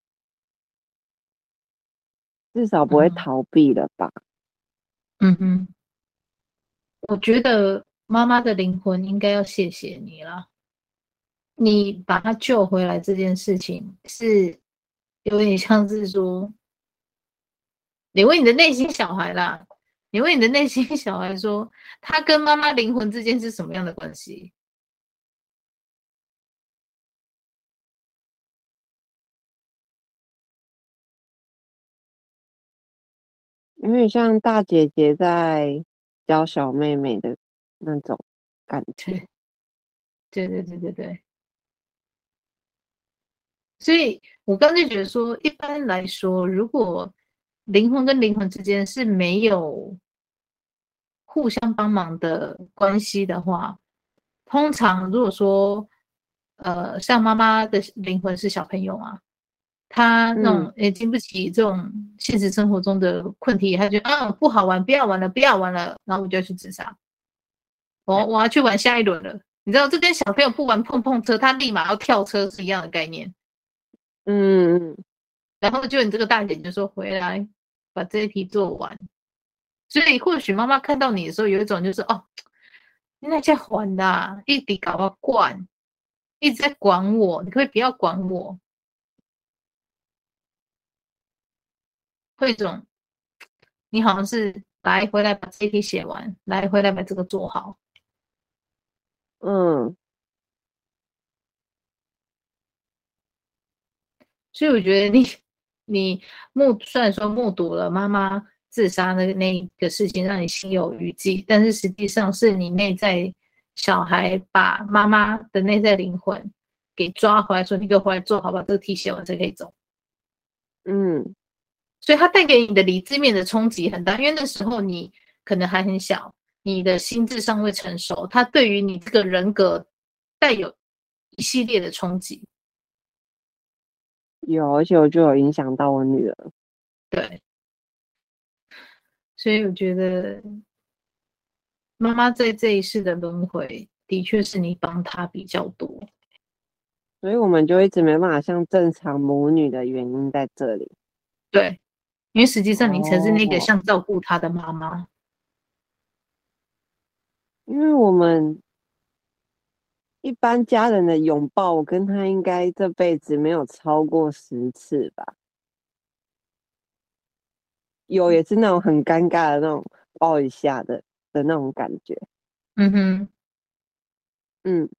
至少不会嗯逃避了吧？ 嗯哼，我觉得妈妈的灵魂应该要谢谢你啦。你把她救回来这件事情，是有点像是说，你问你的内心小孩啦，你问你的内心小孩说，他跟妈妈灵魂之间是什么样的关系？ 因为像大姐姐在教小妹妹的那种感觉。 对对对对对对。所以我刚才觉得说，一般来说，如果灵魂跟灵魂之间是没有互相帮忙的关系的话，通常如果说，呃，像妈妈的灵魂是小朋友啊，他那嗯， 种也经不起这种现实生活中的困题，他觉得啊不好玩，不要玩了，不要玩了，然后我就要去自杀，我我要去玩下一轮了。你知道，这跟小朋友不玩碰碰车，他立马要跳车是一样的概念。 嗯， 然后就你这个大姐就说回来把这一题做完，所以或许妈妈看到你的时候，有一种就是哦，你那在还的，一直搞我管，一直在管我，你可不可以不要管我？会有一种你好像是来回来把这一题写完，来回来把这个做好。 嗯， 所以我觉得你你目虽然说目睹了妈妈自杀的那个事情让你心有余悸，但是实际上是你内在小孩把妈妈的内在灵魂给抓回来，说你给我回来做好，把这个题写完才可以走。 嗯， 所以它带给你的理智面的冲击很大，因为那时候你可能还很小，你的心智尚未成熟，它对于你这个人格带有一系列的冲击。 有，而且我就有影响到我女儿。 对，所以我觉得妈妈在这一世的轮回，的确是你帮她比较多。 所以我们就一直没办法像正常母女的原因在这里。 对，因为实际上你才是那个哦， 像照顾她的妈妈。 因为我们一般家人的拥抱，我跟他应该这辈子没有超过十次吧。 有也是那种很尴尬的那种抱一下的的那种感觉。 嗯哼， 嗯，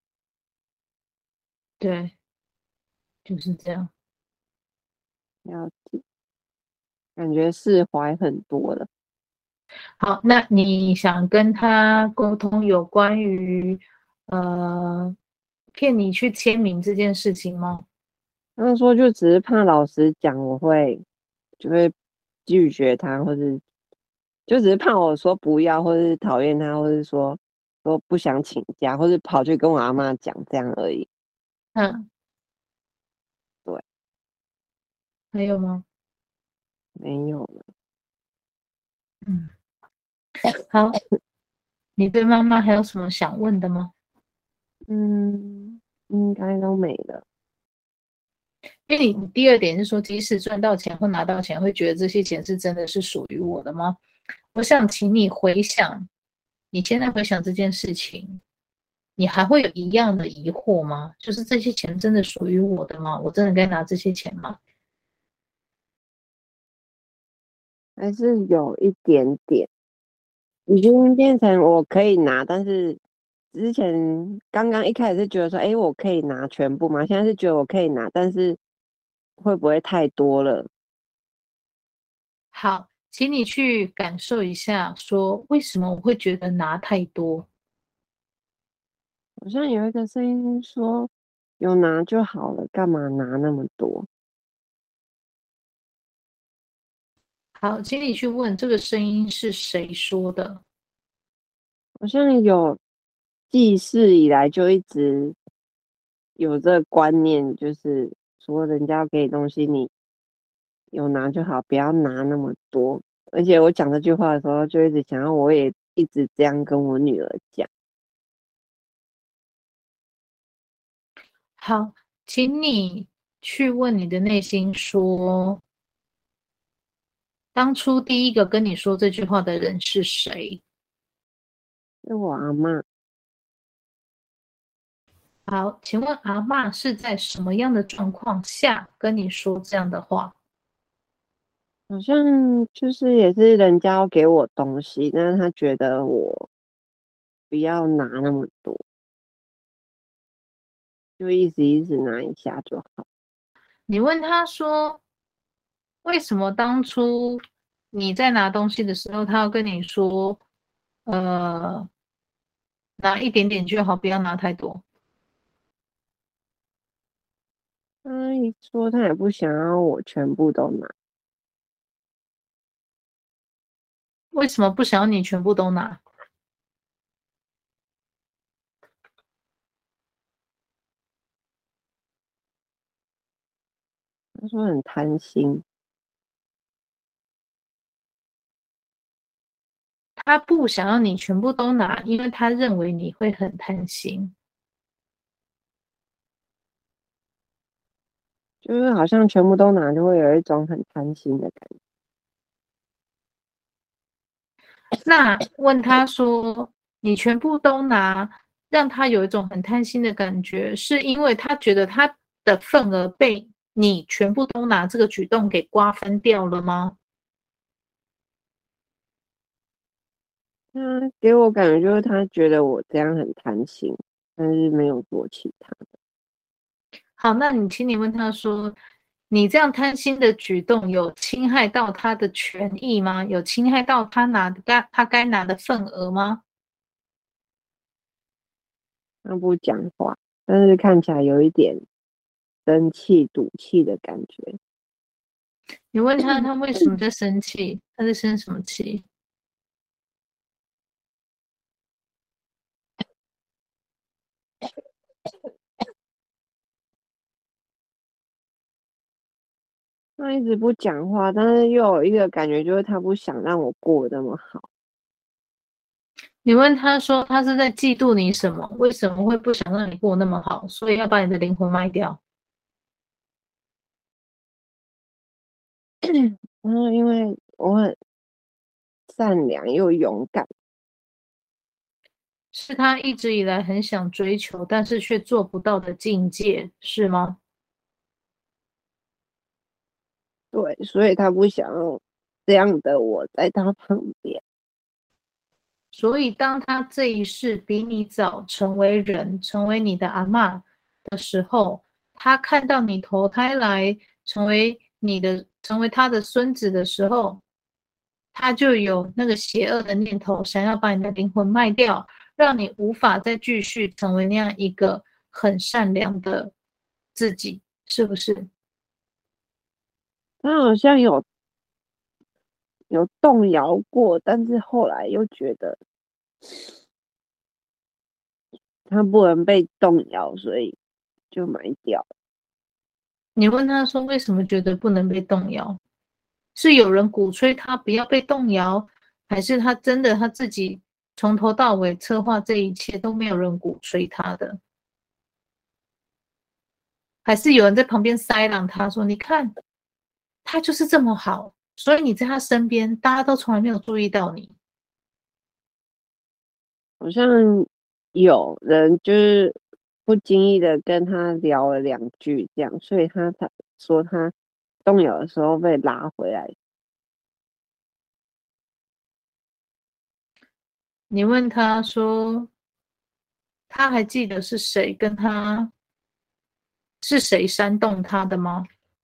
对，就是这样。 了解，感觉释怀很多了。 好，那你想跟他沟通有关于呃骗你去签名这件事情吗？ 他们说就只是怕老师讲我会就会拒绝他，或是就只是怕我说不要，或是讨厌他，或是说说不想请假，或是跑去跟我阿妈讲这样而已。 嗯， 对， 还有吗？ 没有了。 嗯，好，你对妈妈还有什么想问的吗？ 嗯，应该都没了。 因为你第二点是说，即使赚到钱或拿到钱，会觉得这些钱是真的是属于我的吗？我想请你回想，你现在回想这件事情，你还会有一样的疑惑吗？就是这些钱真的属于我的吗？我真的该拿这些钱吗？ 还是有一点点，已经变成我可以拿，但是之前刚刚一开始是觉得说，哎，我可以拿全部吗？现在是觉得我可以拿，但是会不会太多了？ 好，请你去感受一下，说为什么我会觉得拿太多？ 好像有一个声音说，有拿就好了，干嘛拿那么多？ 好，请你去问这个声音是谁说的。 好像有记事以来就一直有这个观念，就是说人家要给你东西，你有拿就好，不要拿那么多。而且我讲这句话的时候，就一直想要，我也一直这样跟我女儿讲。 好，请你去问你的内心说，当初第一个跟你说这句话的人是谁？ 是我阿嬷， 好，请问阿嬷是在什么样的状况下跟你说这样的话？ 好像就是也是人家要给我东西，但是她觉得我不要拿那么多，就一直一直拿一下就好。 你问他说，为什么当初你在拿东西的时候，他要跟你说，呃，拿一点点就好，不要拿太多？ 她一说她也不想要我全部都拿。 为什么不想要你全部都拿？ 她说很贪心。 他不想要你全部都拿，因为他认为你会很贪心。 就是好像全部都拿，就会有一种很贪心的感觉。 那问他说，你全部都拿，让他有一种很贪心的感觉，是因为他觉得他的份额被你全部都拿这个举动给瓜分掉了吗？ 他给我感觉就是他觉得我这样很贪心，但是没有做其他的。 好，那你请你问他说，你这样贪心的举动有侵害到他的权益吗？有侵害到他拿该他该拿的份额吗？ 他不讲话，但是看起来有一点生气、赌气的感觉。 你问他他为什么在生气？他在生什么气？ 他一直不讲话，但是又有一个感觉，就是他不想让我过得那么好。 你问他说他是在嫉妒你什么？为什么会不想让你过那么好？所以要把你的灵魂卖掉？ 然后因为我很善良又勇敢， 是他一直以来很想追求，但是却做不到的境界，是吗？ 对，所以他不想要这样的我在他旁边。 所以当他这一世比你早成为人，成为你的阿嬷的时候，他看到你投胎来成为你的，成为他的孙子的时候，他就有那个邪恶的念头，想要把你的灵魂卖掉，让你无法再继续成为那样一个很善良的自己，是不是？ 他好像有有动摇过，但是后来又觉得他不能被动摇，所以就埋掉。 你问他说为什么觉得不能被动摇？是有人鼓吹他不要被动摇，还是他真的他自己从头到尾策划这一切都没有人鼓吹他的？还是有人在旁边塞朗他说，你看他就是这么好，所以你在他身边大家都从来没有注意到你。 好像有人就是不经意的跟他聊了两句这样，所以他才说他动摇的时候被拉回来。 你问他说他还记得是谁跟他是谁煽动他的吗？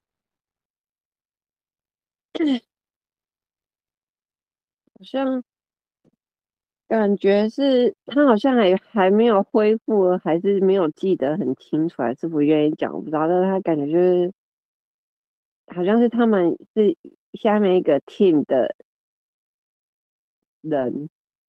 好像感觉是他好像还还没有恢复，还是没有记得很清楚，还是不愿意讲，我不知道。但是他感觉就是好像是他们是下面一个 team 的人，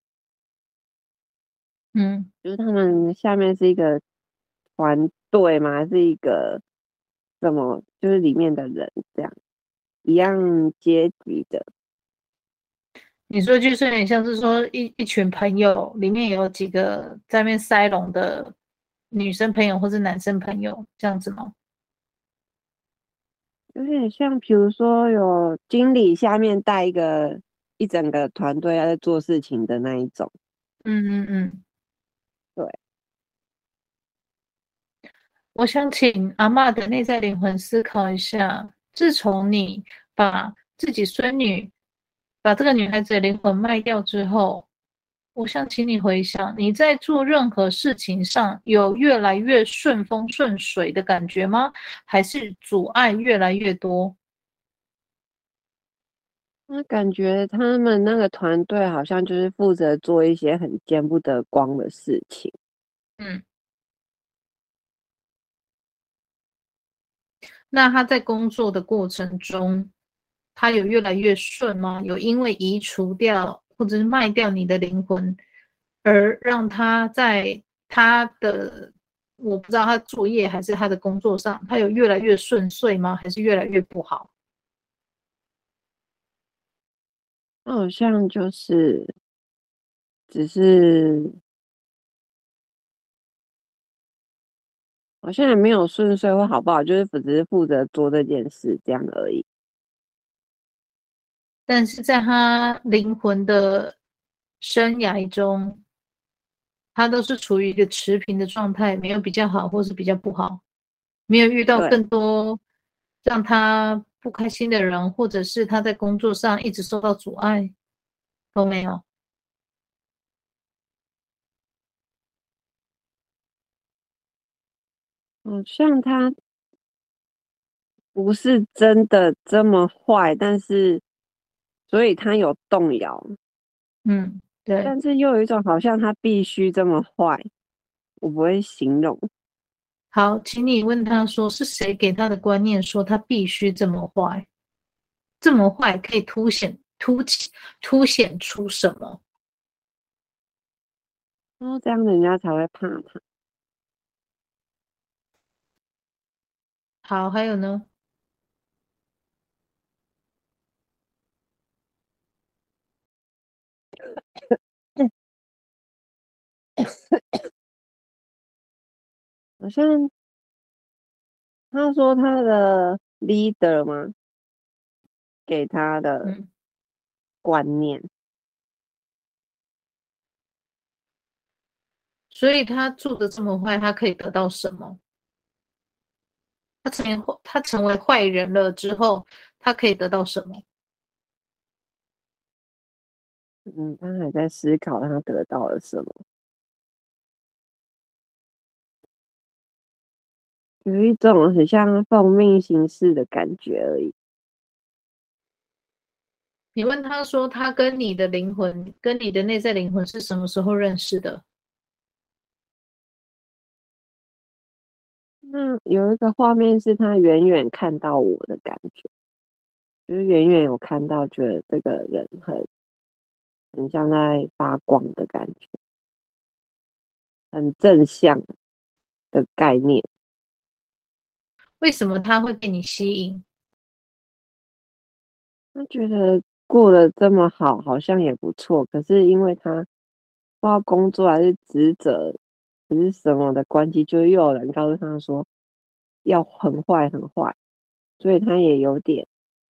嗯， 就是他们下面是一个团队吗？还是一个什么？就是里面的人这样一样阶级的。 你说就是有点像是说一一群朋友里面有几个在那边塞拢的女生朋友或是男生朋友这样子吗？ 有点像，比如说有经理下面带一个一整个团队在做事情的那一种。 嗯嗯嗯， 对， 我想请阿嬷的内在灵魂思考一下，自从你把自己孙女把这个女孩子的灵魂卖掉之后，我想请你回想，你在做任何事情上有越来越顺风顺水的感觉吗？还是阻碍越来越多？ 那感觉他们那个团队好像就是负责做一些很见不得光的事情。 嗯，那他在工作的过程中，他有越来越顺吗？有因为移除掉或者是卖掉你的灵魂，而让他在他的我不知道他作业还是他的工作上，他有越来越顺遂吗？还是越来越不好？ 那好像就是只是好像也没有顺遂或好不好，就是只是负责做这件事这样而已。 但是在他灵魂的生涯中，他都是处于一个持平的状态，没有比较好或是比较不好，没有遇到对， 更多让他不开心的人，或者是他在工作上一直受到阻碍，都没有。 好像他不是真的这么坏，但是所以他有动摇， 嗯，对。 但是又有一种好像他必须这么坏，我不会形容。 好，请你问他说是谁给他的观念说他必须这么坏？这么坏可以凸显凸起凸显出什么？ 然后这样人家才会怕他。 好，还有呢？ 好像他说他的 leader 嘛，给他的嗯， 观念。 所以他做的这么坏，他可以得到什么？他成为他成为坏人了之后，他可以得到什么？ 嗯，他还在思考他得到了什么，有一种很像奉命行事的感觉而已。 你问他说，他跟你的灵魂，跟你的内在灵魂是什么时候认识的？ 那有一个画面是他远远看到我的感觉，就是远远有看到，觉得这个人很很像在发光的感觉，很正向的概念。 为什么他会被你吸引？ 他觉得过得这么好，好像也不错，可是因为他不知道工作还是职责还是什么的关系，就又有人告诉他说要很坏很坏，所以他也有点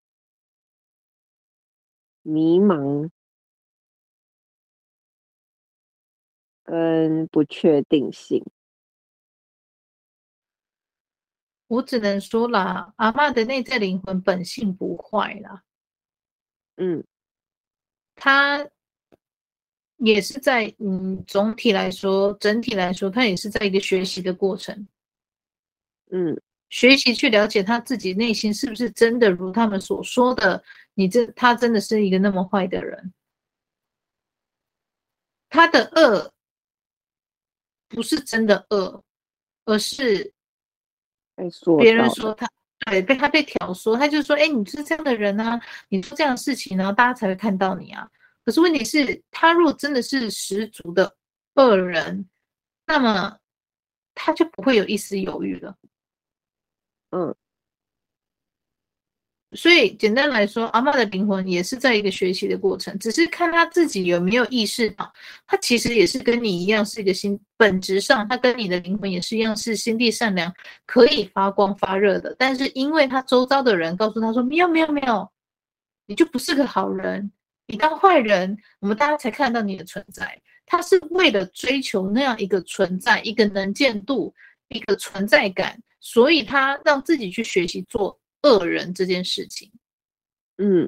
迷茫跟不确定性。 我只能说啦，阿嬷的内在灵魂本性不坏啦， 嗯他也是在嗯，总体来说，整体来说，他也是在一个学习的过程， 嗯学习去了解他自己内心是不是真的如他们所说的，你这他真的是一个那么坏的人。他的恶不是真的恶，而是被塑别人造的。 说他对被他被挑唆，他就说：“哎，你就是这样的人啊，你做这样的事情呢，大家才会看到你啊。”可是问题是，他若真的是十足的恶人，那么他就不会有一丝犹豫了。 嗯所以简单来说，阿嬷的灵魂也是在一个学习的过程，只是看他自己有没有意识到，他其实也是跟你一样，是一个心，本质上他跟你的灵魂也是一样，是心地善良，可以发光发热的。但是因为他周遭的人告诉他说，没有没有没有，你就不是个好人，你当坏人，我们大家才看到你的存在。他是为了追求那样一个存在，一个能见度，一个存在感，所以他让自己去学习做恶人这件事情。 嗯，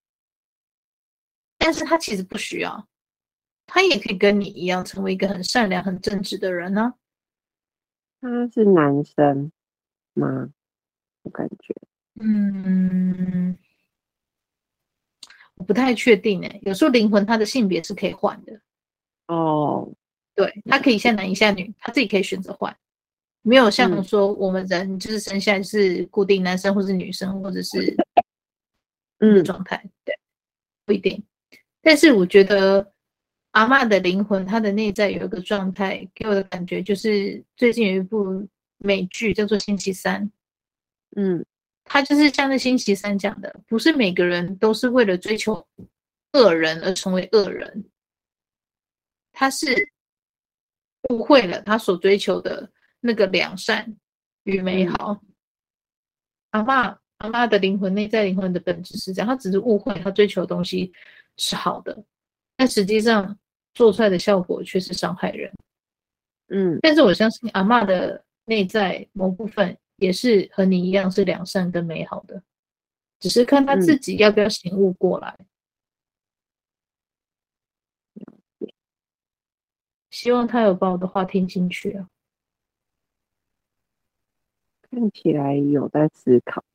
但是他其实不需要，他也可以跟你一样成为一个很善良、很正直的人呢、 他是男生吗？我感觉嗯，我不太确定诶，有时候灵魂它的性别是可以换的， 哦， 对，他可以一下男一下女，他自己可以选择换，没有像嗯说我们人就是生下来是固定男生或是女生或者是一个嗯状态，对，不一定。但是我觉得阿嬷的灵魂，她的内在有一个状态，给我的感觉就是最近有一部美剧叫做《星期三》， 嗯它就是像那星期三讲的，不是每个人都是为了追求恶人而成为恶人，他是误会了他所追求的那个良善与美嗯好。阿嬷阿嬷的灵魂内在灵魂的本质是这样，他只是误会他追求的东西是好的，但实际上做出来的效果却是伤害人。 嗯但是我相信阿嬷的内在某部分也是和你一样是良善跟美好的，只是看他嗯， 自己要不要醒悟过来。希望他有把我的话听进去啊。 看起来有在思考。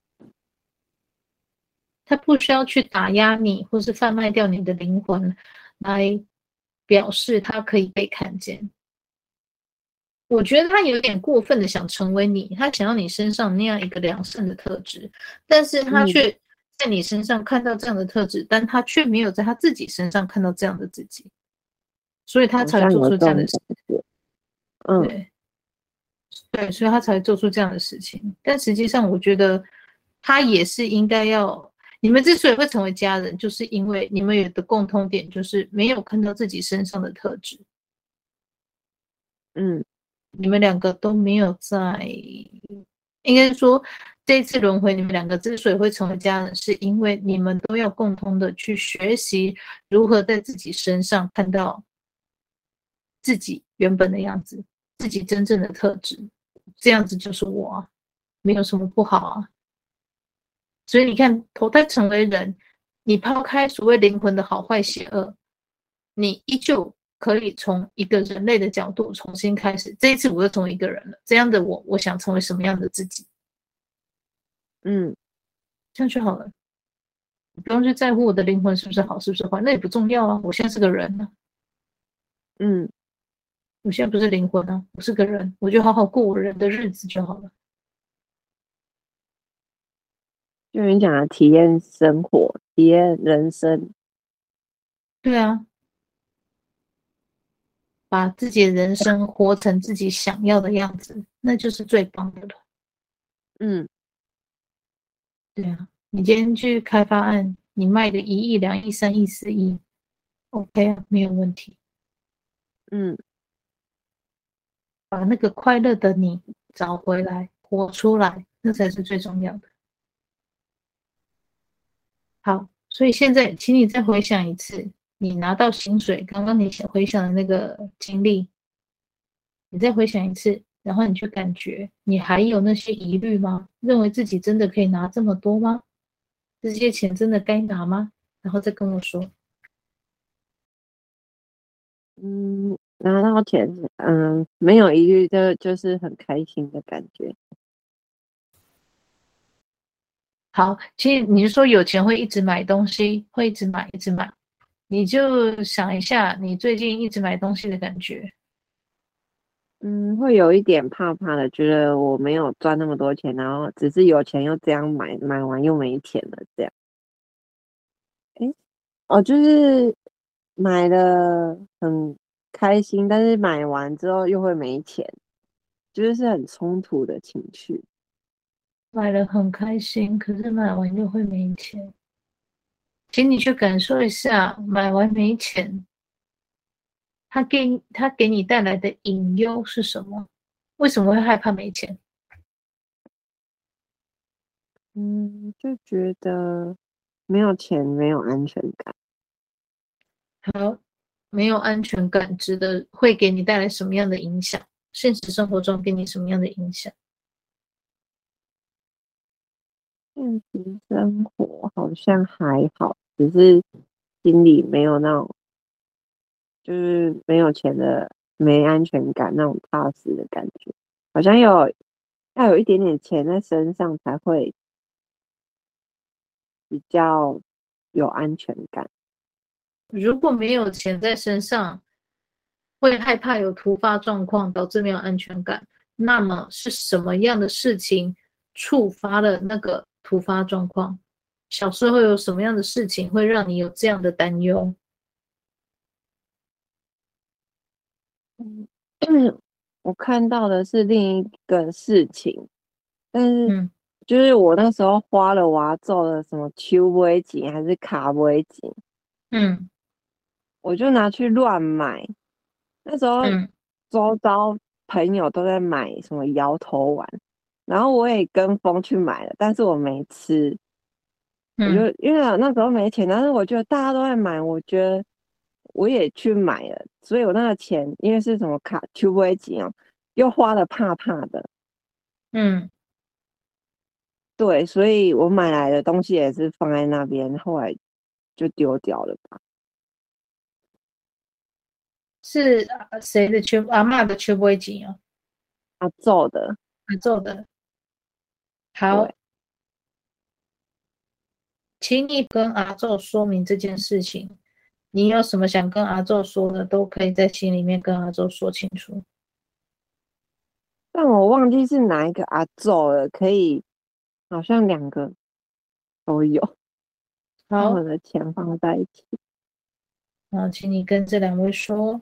他不需要去打压你，或是贩卖掉你的灵魂，来表示他可以被看见。我觉得他有点过分的想成为你，他想要你身上那样一个良善的特质，但是他嗯， 却在你身上看到这样的特质，但他却没有在他自己身上看到这样的自己，所以他好才会做像有这种出这样的事。 感觉。嗯对对，所以他才会做出这样的事情。但实际上，我觉得他也是应该要。你们之所以会成为家人，就是因为你们有的共通点，就是没有看到自己身上的特质。 嗯你们两个都没有在，应该说这一次轮回，你们两个之所以会成为家人，是因为你们都要共同的去学习如何在自己身上看到自己原本的样子，自己真正的特质，这样子就是我啊，没有什么不好啊。所以你看，投胎成为人，你抛开所谓灵魂的好坏邪恶， 你依旧可以从一个人类的角度重新开始。这一次我又成为一个人了，这样的我，我想成为什么样的自己？ 嗯， 这样就好了。你不用去在乎我的灵魂是不是好，是不是坏，那也不重要啊。我现在是个人呢、 嗯， 我现在不是灵魂啊，我是个人，我就好好过我人的日子就好了。 就你讲的体验生活，体验人生。 对啊，把自己的人生活成自己想要的样子，那就是最棒的了。 嗯， 对啊，你今天去开发案，你卖的一亿、两亿、三亿、四亿，OK 啊，没有问题。 嗯， 把那个快乐的你找回来，活出来，那才是最重要的。好，所以现在，请你再回想一次，你拿到薪水，刚刚你想回想的那个经历，你再回想一次，然后你去感觉，你还有那些疑虑吗？认为自己真的可以拿这么多吗？这些钱真的该拿吗？然后再跟我说。 嗯，拿到钱，嗯，没有疑虑，就就是很开心的感觉。 好，其实你是说有钱会一直买东西，会一直买，一直买，你就想一下你最近一直买东西的感觉。 嗯，会有一点怕怕的，觉得我没有赚那么多钱，然后只是有钱又这样买，买完又没钱了，这样。诶，哦，就是买了很开心，但是买完之后又会没钱，就是是很冲突的情绪。 买了很开心，可是买完又会没钱，请你去感受一下，买完没钱，它给它给你带来的隐忧是什么？为什么会害怕没钱？ 嗯，就觉得没有钱，没有安全感。 好，没有安全感，值得会给你带来什么样的影响？现实生活中给你什么样的影响？ 现实生活好像还好，只是心里没有那种，就是没有钱的没安全感，那种踏实的感觉。好像有要有一点点钱在身上才会比较有安全感。 如果没有钱在身上，会害怕有突发状况导致没有安全感，那么是什么样的事情触发了那个突发状况？小时候有什么样的事情会让你有这样的担忧？ 嗯，我看到的是另一个事情，但是嗯就是我那时候花了我要做的什么秋杯景还是卡杯景， 嗯我就拿去乱买。那时候嗯周遭朋友都在买什么摇头丸，然后我也跟风去买了，但是我没吃。我就嗯， 因为那时候没钱，但是我觉得大家都在买，我觉得我也去买了，所以我那个钱因为是什么卡 Q V 级哦，又花的怕怕的。 嗯， 对，所以我买来的东西也是放在那边，后来就丢掉了吧。 是呃谁的缺阿嬷的缺不会紧啊？ 他做的。 他做的。 对， 好，请你跟阿宙说明这件事情。你有什么想跟阿宙说的，都可以在心里面跟阿宙说清楚。 但我忘记是哪一个阿宙了，可以好像两个都有，他好， 们的钱放在一起。 然后请你跟这两位说。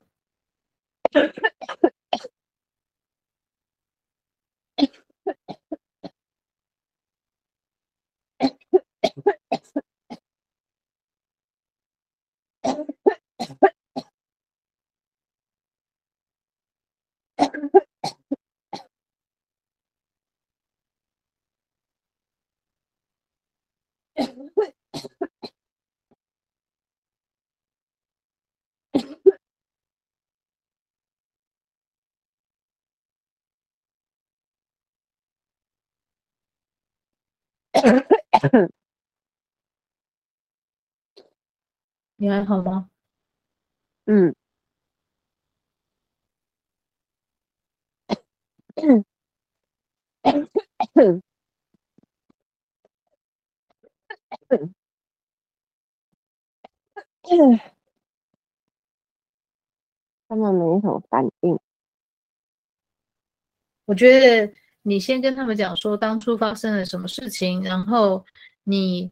你还好吗？ 嗯他们没什么反应。 我觉得你先跟他们讲说当初发生了什么事情，然后你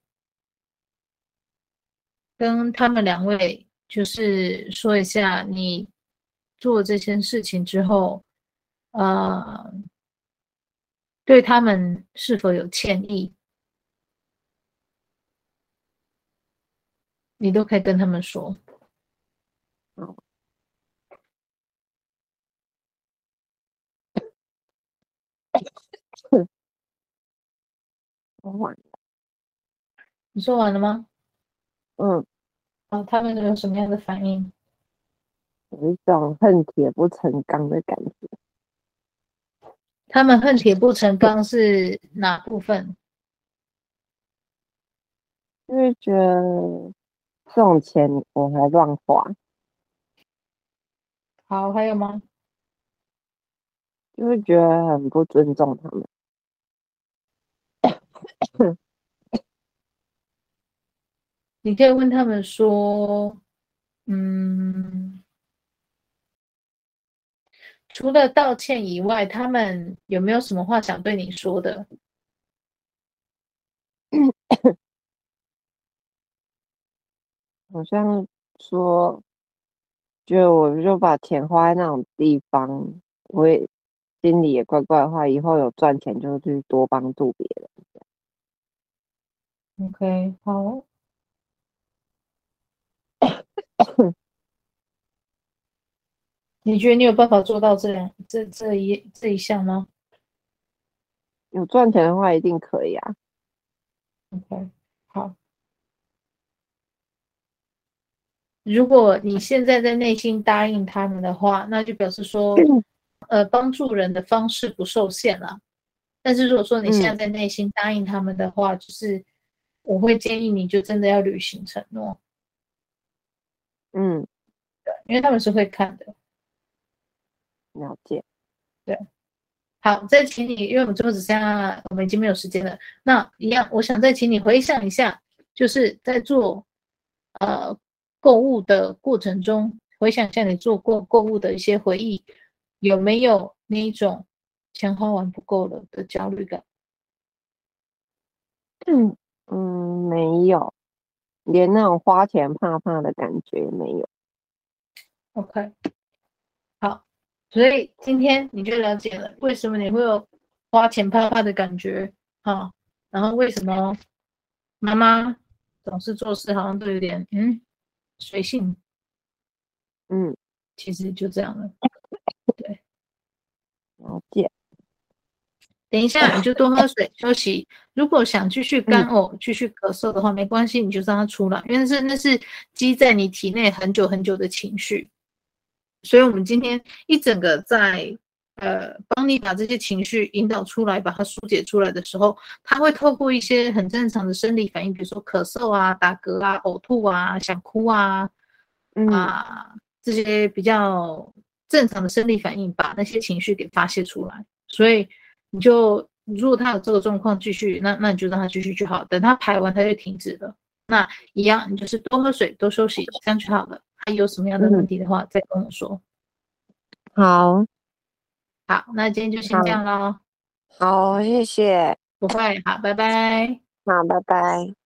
跟他们两位就是说一下你做这件事情之后，呃，对他们是否有歉意，你都可以跟他们说。 好，我完了。 你说完了吗？ 嗯， 啊，他们有什么样的反应？ 有一种恨铁不成钢的感觉， 他们恨铁不成钢是哪部分？ 就会觉得这种钱我还乱花， 好，还有吗？ 就会觉得很不尊重他们。 你可以问他们说，嗯，除了道歉以外，他们有没有什么话想对你说的？ 好像说，觉得我就把钱花在那种地方，我也心里也怪怪的话，以后有赚钱就去多帮助别人。 OK，好，你觉得你有办法做到这两这这一这一项吗有赚钱的话一定可以啊。 ？OK，好。如果你现在在内心答应他们的话，那就表示说，呃，帮助人的方式不受限了。但是如果说你现嗯在在内心答应他们的话，就是我会建议你就真的要履行承诺， 嗯， 因为他们是会看的。 了解。 对，好，再请你，因为我们最后只剩下，我们已经没有时间了。那一样，我想再请你回想一下，就是在做呃购物的过程中，回想一下你做过购物的一些回忆，有没有那一种钱花完不够了的焦虑感嗯嗯，没有，连那种花钱怕怕的感觉也没有。 ？OK，好，所以今天你就了解了为什么你会有花钱怕怕的感觉，好，然后为什么妈妈总是做事好像都有点嗯随性， 嗯， 其实就这样了。对， 了解。 等一下你就多喝水休息。如果想继续干嗯呕、继续咳嗽的话，没关系，你就让它出来，因为那是那是积在你体内很久很久的情绪。所以我们今天一整个在呃帮你把这些情绪引导出来，把它疏解出来的时候，它会透过一些很正常的生理反应，比如说咳嗽啊、打嗝啊、呕吐啊、想哭啊嗯啊这些比较正常的生理反应，把那些情绪给发泄出来。所以你就如果他有这个状况继续，那那你就让他继续就好，等他排完他就停止了。那一样，你就是多喝水、多休息，这样就好了。还有什么样的问嗯， 题的话，再跟我说。 好， 好，那今天就先这好， 样咯。 好，谢谢。 不会，好，拜拜。 好，拜拜。